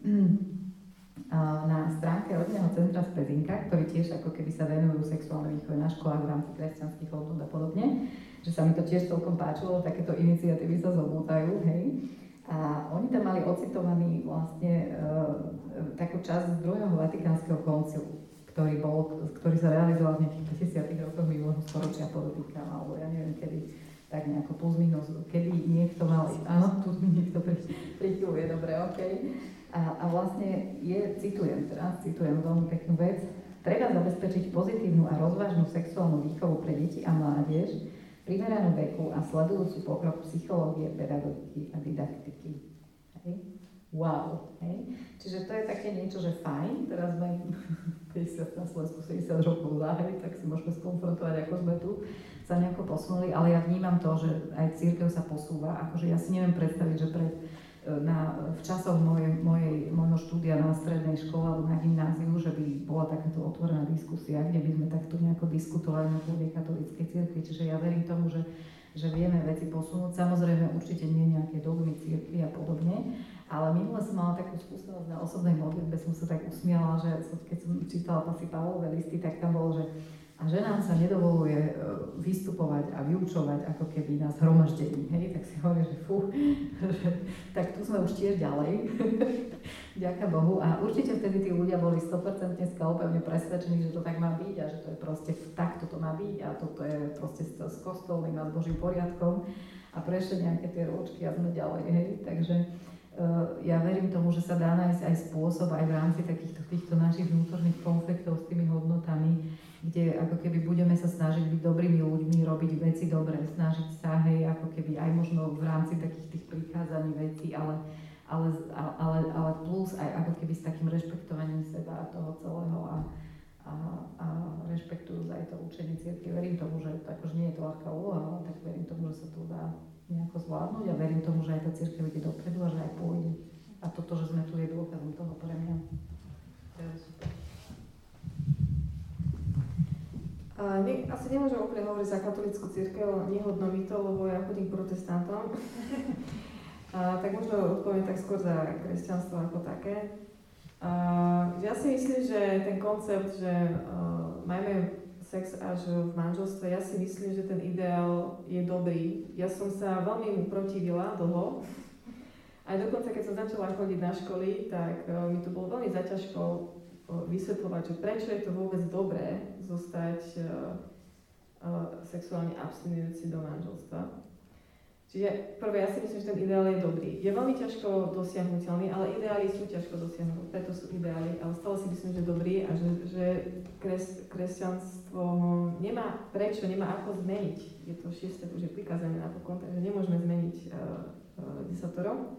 na stránke rodinného centra z Pezinka, ktorí tiež ako keby sa venujú sexuálnej výchove na školách v rámci kresťanských hodnôt a podobne, že sa mi to tiež celkom páčilo, takéto iniciatívy sa zobútajú, hej. A oni tam mali ocitovaný vlastne takú časť z druhého Vatikánskeho koncilu, ktorý sa realizoval v nejakých 50. rokoch minulého storočia, podotýkam, alebo ja neviem kedy, tak nejako plus minus, kedy niekto mal, áno, tu mi niekto prikyvuje, dobre, okej. A vlastne citujem veľmi peknú vec, treba zabezpečiť pozitívnu a rozvážnu sexuálnu výchovu pre deti a mládež, primeranú veku a sledujúcu pokrok psychológie, pedagogiky a didaktiky. Hej. Wow, hej. Čiže to je také niečo, že fajn, teraz sme 50 na Slovensku 70 rokov záhry, tak si môžeme skonfrontovať, ako sme tu sa nejako posunuli, ale ja vnímam to, že aj cirkev sa posúva, akože ja si neviem predstaviť, že v časoch môjho štúdia na strednej škole alebo na gymnáziu, že by bola takáto otvorená diskusia, kde by sme takto nejako diskutovali na pôde katolíckej cirkvi, čiže ja verím tomu, že vieme veci posunúť, samozrejme určite nie nejaké dogmy cirkvi a podobne, Ale minule som mala takú skúsenosť na osobnej modlitbe, som sa tak usmiala, že keď som čítala asi Pavlové listy, tak tam bolo, že a ženám sa nedovoluje vystupovať a vyučovať ako keby na zhromaždení, hej, tak si hovorím, že fú, že, tak tu sme už tiež ďalej, ďaká Bohu. A určite vtedy tí ľudia boli 100% pevne presvedčení, že to tak má byť a že to je proste takto to má byť a toto je proste s kostolným a s Božím poriadkom a prešli nejaké tie ročky a sme ďalej, hej, takže ja verím tomu, že sa dá nájsť aj spôsob aj v rámci týchto našich vnútorných konfliktov s tými hodnotami, kde ako keby budeme sa snažiť byť dobrými ľuďmi, robiť veci dobre, snažiť sa, hej, ako keby aj možno v rámci takých tých prikázaní vecí, ale plus aj ako keby s takým rešpektovaním seba a toho celého a rešpektujúc aj to učenie cirkvi. Verím tomu, že akože nie je to ľahká úloha, ale tak verím tomu, že sa to dá nejako zvládnuť a verím tomu, že aj tá cirkev ide dopredu a že aj pôjde. A toto, že sme tu, je dôkazom toho pre mňa. To je super. Asi nemôžem úplne hovoriť za katolícku cirkev, nehodno mi to, lebo ja chodím k protestantom. Tak možno odpoviem tak skôr za kresťanstvo ako také. Ja si myslím, že ten koncept, že majme sex až v manželstve, ja si myslím, že ten ideál je dobrý. Ja som sa veľmi mu protivila dlho. Aj dokonca, keď som začala chodiť na školy, tak mi to bolo veľmi zaťažko vysvetľovať, že prečo je to vôbec dobré zostať sexuálne abstinujúci do manželstva. Čiže prvé, ja si myslím, že ten ideál je dobrý. Je veľmi ťažko dosiahnuteľný, ale ideály sú ťažko dosiahnuté, preto sú ideály, ale stále si myslím, že dobrý a že kresťanstvo nemá prečo, nemá ako zmeniť. Je to 6. už je prikázanie napokon, takže nemôžeme zmeniť desatoro.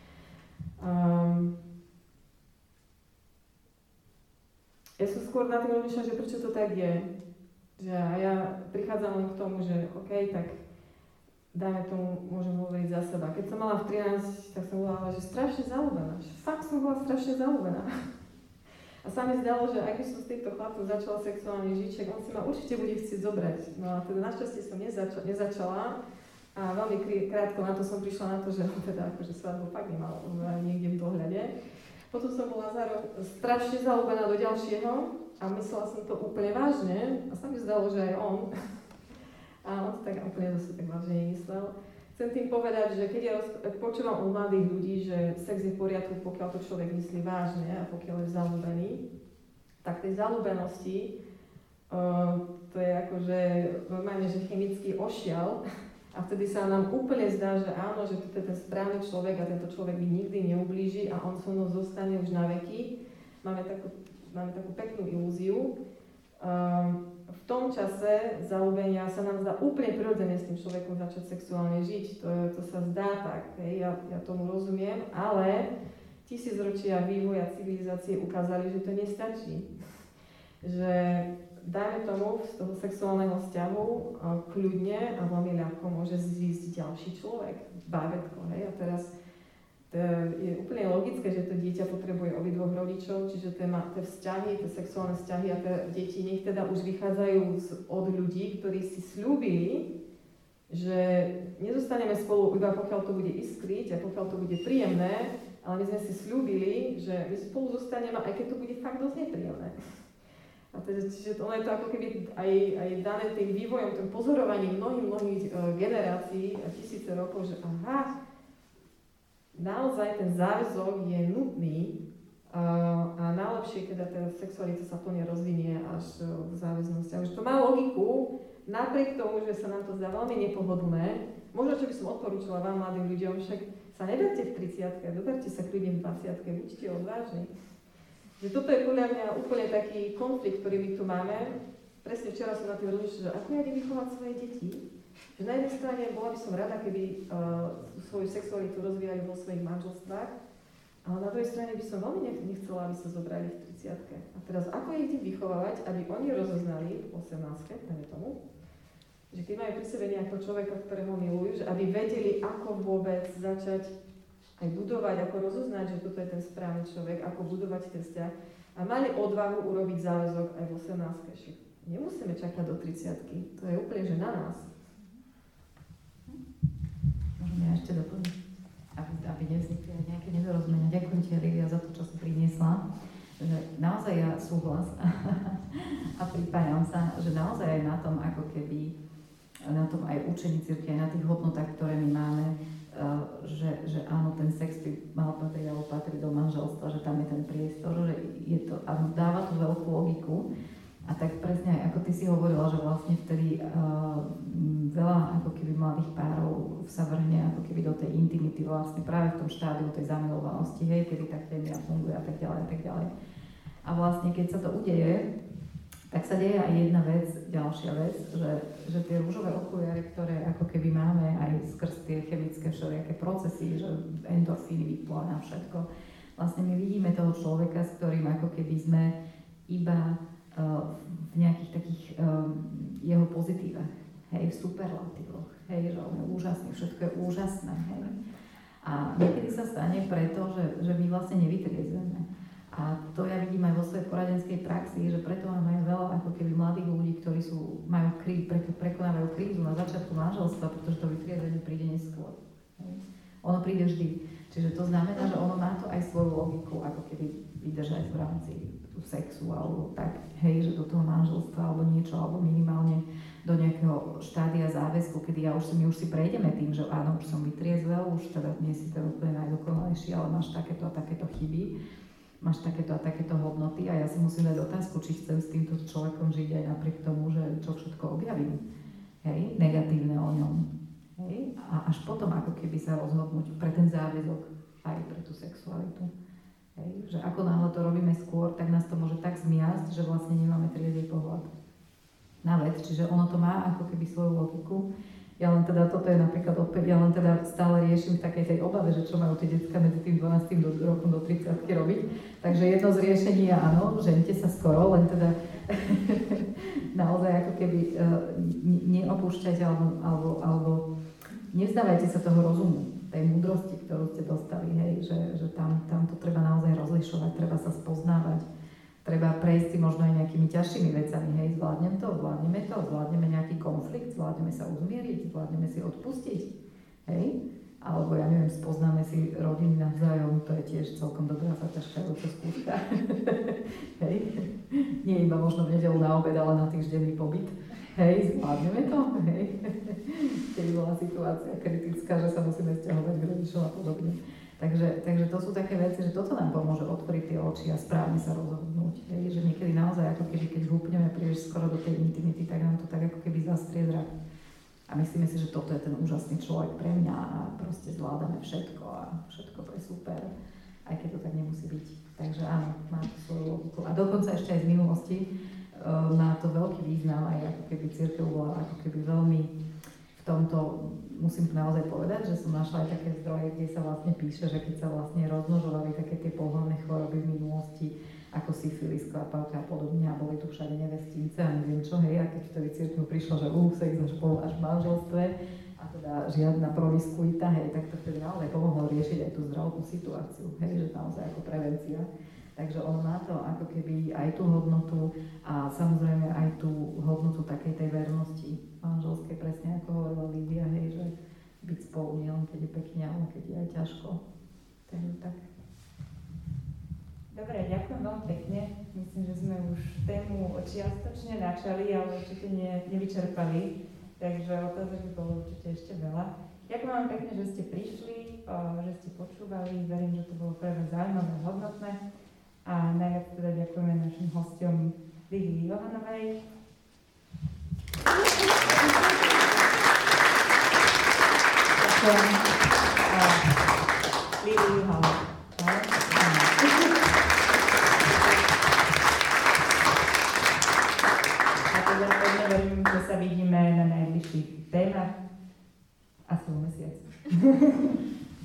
Ja som skôr na tým rozmýšľam, že prečo to tak je. Že ja prichádzam len k tomu, že OK, tak dáme tomu, môžem hovoriť za seba. Keď som mala v 13, tak som bola, že strašne zaľúbená. Fakt som bola strašne zaľúbená. A sa mi zdalo, že ak by som s týmto chlapom začala sexuálne žiť, tak on si ma určite bude chcieť zobrať. No a teda našťastie som nezačala. A veľmi krátko na to som prišla na to, že on teda akože svadbu fakt nemal niekde v dohľade. Potom som bola strašne zaľúbená do ďalšieho a myslela som to úplne vážne a sa mi zdalo, že aj on. A on to tak úplne zase tak vážne nemyslel. Chcem tým povedať, že keď ja počúvam od mladých ľudí, že sex je v poriadku, pokiaľ to človek myslí vážne a pokiaľ je zaľúbený, tak tej zaľúbenosti to je akože normálne, že chemický ošial. A vtedy sa nám úplne zdá, že áno, že toto je ten správny človek a tento človek mi nikdy neublíži a on so mnou zostane už na veky. Máme takú peknú ilúziu. V tom čase zaľúbenia sa nám zdá úplne prirodzene s tým človekom začať sexuálne žiť. To sa zdá tak, hej, ja tomu rozumiem, ale tisícročia vývoja civilizácie ukázali, že to nestačí. Že dajme tomu, z toho sexuálneho vzťahu kľudne a veľmi ľahko môže zísť ďalší človek, bábätko, hej, a teraz je úplne logické, že to dieťa potrebuje obidvoch rodičov, čiže tie vzťahy, tie sexuálne vzťahy a tie deti nech teda už vychádzajú od ľudí, ktorí si sľúbili, že nezostaneme spolu iba pokiaľ to bude iskriť a pokiaľ to bude príjemné, ale my sme si sľúbili, že my spolu zostaneme, aj keď to bude fakt dosť nepríjemné. A čiže ono je to ako keby aj dané tým vývojom, tým pozorovaním mnohých generácií a tisíce rokov, že aha, naozaj ten záväzok je nutný a najlepšie, keď tá sexualita sa plne rozvinie až v záväznosti. A už to má logiku, napriek tomu, že sa nám to zdá veľmi nepohodlné. Možno, čo by som odporúčala vám, mladým ľuďom, však sa neberte v 30-ke, doberte sa kľudne v 20-ke, buďte odvážni. Že toto je podľa mňa úplne taký konflikt, ktorý my tu máme. Presne včera som na tým rozmýšľala, že ako ja idem vychovať svoje deti. Že na jednej strane bola by som rada, keby svoju sexualitu rozvíjali vo svojich manželstvách, ale na druhej strane by som veľmi nechcela, aby sa zobrali v 30-ke. A teraz ako ich idem vychovávať, aby oni rozoznali v 18-ke, dajme tomu, že keď majú pri sebe nejakého človeka, ktorého milujú, že aby vedeli, ako vôbec začať aj budovať, ako rozoznať, že toto je ten správny človek, ako budovať ten vzťah a mali odvahu urobiť záväzok aj v 18-ke. Nemusíme čakať do 30-ky, to je úplne, že na nás. Môžem ja ešte doplniť. aby nevznikli aj nejaké nedorozumenia. Ďakujem ti, Lívia, za to, čo si priniesla. Že naozaj ja súhlas a pripájam sa, že naozaj aj na tom, ako keby, na tom aj učení cirkvi, aj na tých hodnotách, ktoré my máme, že áno, ten sex by mal patriť alebo patrí do manželstva, že tam je ten priestor, že je to, a dáva tú veľkú logiku. A tak presne aj ako ty si hovorila, že vlastne vtedy veľa ako keby mladých párov sa vrhne ako keby do tej intimity vlastne práve v tom štádiu tej zamilovanosti, hej, kedy tá chémia funguje a tak ďalej a tak ďalej. A vlastne keď sa to udeje, tak sa deje aj jedna vec, ďalšia vec, že tie rúžové okuliare, ktoré ako keby máme aj skrz tie chemické všelijaké procesy, že endorfíny vypláňa všetko, vlastne my vidíme toho človeka, s ktorým ako keby sme iba v nejakých takých jeho pozitívach, hej, v superlatívoch, hej, že on je úžasný, všetko je úžasné, hej. A niekedy sa stane preto, že my vlastne nevytriezveme. A to ja vidím aj vo svojej poradenskej praxi, že preto máme aj veľa ako keby mladých ľudí, ktorí prekonávajú krízu na začiatku manželstva, pretože to vytriezvenie príde neskôr. Hej. Ono príde vždy. Čiže to znamená, že ono má to aj svoju logiku, ako keby vydržať v rámci sexu alebo tak, hej, že do toho manželstva alebo niečo, alebo minimálne do nejakého štádia záväzku, kedy my už si prejdeme tým, že áno, už som vytriezvel, už teda nie si ten úplne najdokonalejší, ale máš takéto a takéto chyby, máš takéto a takéto hodnoty a ja si musím dať otázku, či chcem s týmto človekom žiť aj napriek tomu, že čo všetko objavím, hej, negatívne o ňom, hej, a až potom ako keby sa rozhodnúť pre ten záväzok aj pre tú sexualitu. Hej, že ako náhle to robíme skôr, tak nás to môže tak zmiasť, že vlastne nemáme triezvy pohľad na vec, čiže ono to má ako keby svoju logiku. Ja len teda, toto je napríklad ja len teda stále riešim v takej tej obave, že čo majú tie decká medzi tým 12. rokom do 30 robiť. Takže jedno z riešení je áno, žente sa skoro, len teda naozaj ako keby neopúšťajte alebo nevzdávajte sa toho rozumu, tej múdrosti, ktorú ste dostali, hej, že tam to treba naozaj rozlišovať, treba sa spoznávať, treba prejsť si možno aj nejakými ťažšími vecami, hej, zvládneme nejaký konflikt, zvládneme sa uzmieriť, zvládneme si odpustiť, hej, alebo ja neviem, spoznáme si rodiny navzájom, to je tiež celkom dobrá zaťažkajúca skúška, hej, nie iba možno v nedeľu na obed, ale na týždenný pobyt. Hej, zvládneme to, hej. Keď bola situácia kritická, že sa musíme sťahovať k rodičom a podobne. Takže to sú také veci, že toto nám pomôže otvoriť tie oči a správne sa rozhodnúť. Hej. Že niekedy naozaj, ako keby, keď húpneme príliš skoro do tej intimity, tak nám to tak ako keby zastrie zrak. A myslíme si, že toto je ten úžasný človek pre mňa a proste zvládame všetko a všetko to je super, aj keď to tak nemusí byť. Takže áno, má to svoju logiku. A dokonca ešte aj z minulosti má to veľký význam, aj ako keby cirkev bola ako keby veľmi v tomto, musím naozaj povedať, že som našla aj také zdroje, kde sa vlastne píše, že keď sa vlastne rozmnožovali také tie pohlavné choroby v minulosti, ako syfilis, klapavka a podobne, a boli tu všade nevestince a neviem čo, hej, a keď vtedy cirkev prišlo, že sex až v manželstve a teda žiadna promiskuita, hej, tak to vtedy naozaj pomohlo riešiť aj tú zdravotnú situáciu, hej, že naozaj ako prevencia. Takže on má to ako keby aj tú hodnotu a samozrejme aj tú hodnotu takej tej vernosti manželskej, presne ako hovorila Lívia, hej, že byť spolu nielen keď je pekne, ale keď je aj ťažko. Takže tak. Dobre, ďakujem veľmi pekne. Myslím, že sme už tému čiastočne načali, ale určite nevyčerpali. Takže otázok by bolo určite ešte veľa. Ďakujem vám pekne, že ste prišli, že ste počúvali. Verím, že to bolo pre vás zaujímavé a hodnotné. A najviac teda ďakujeme našim hosťom Lívii Johanovej. Ďakujem. Lívii Johanovej.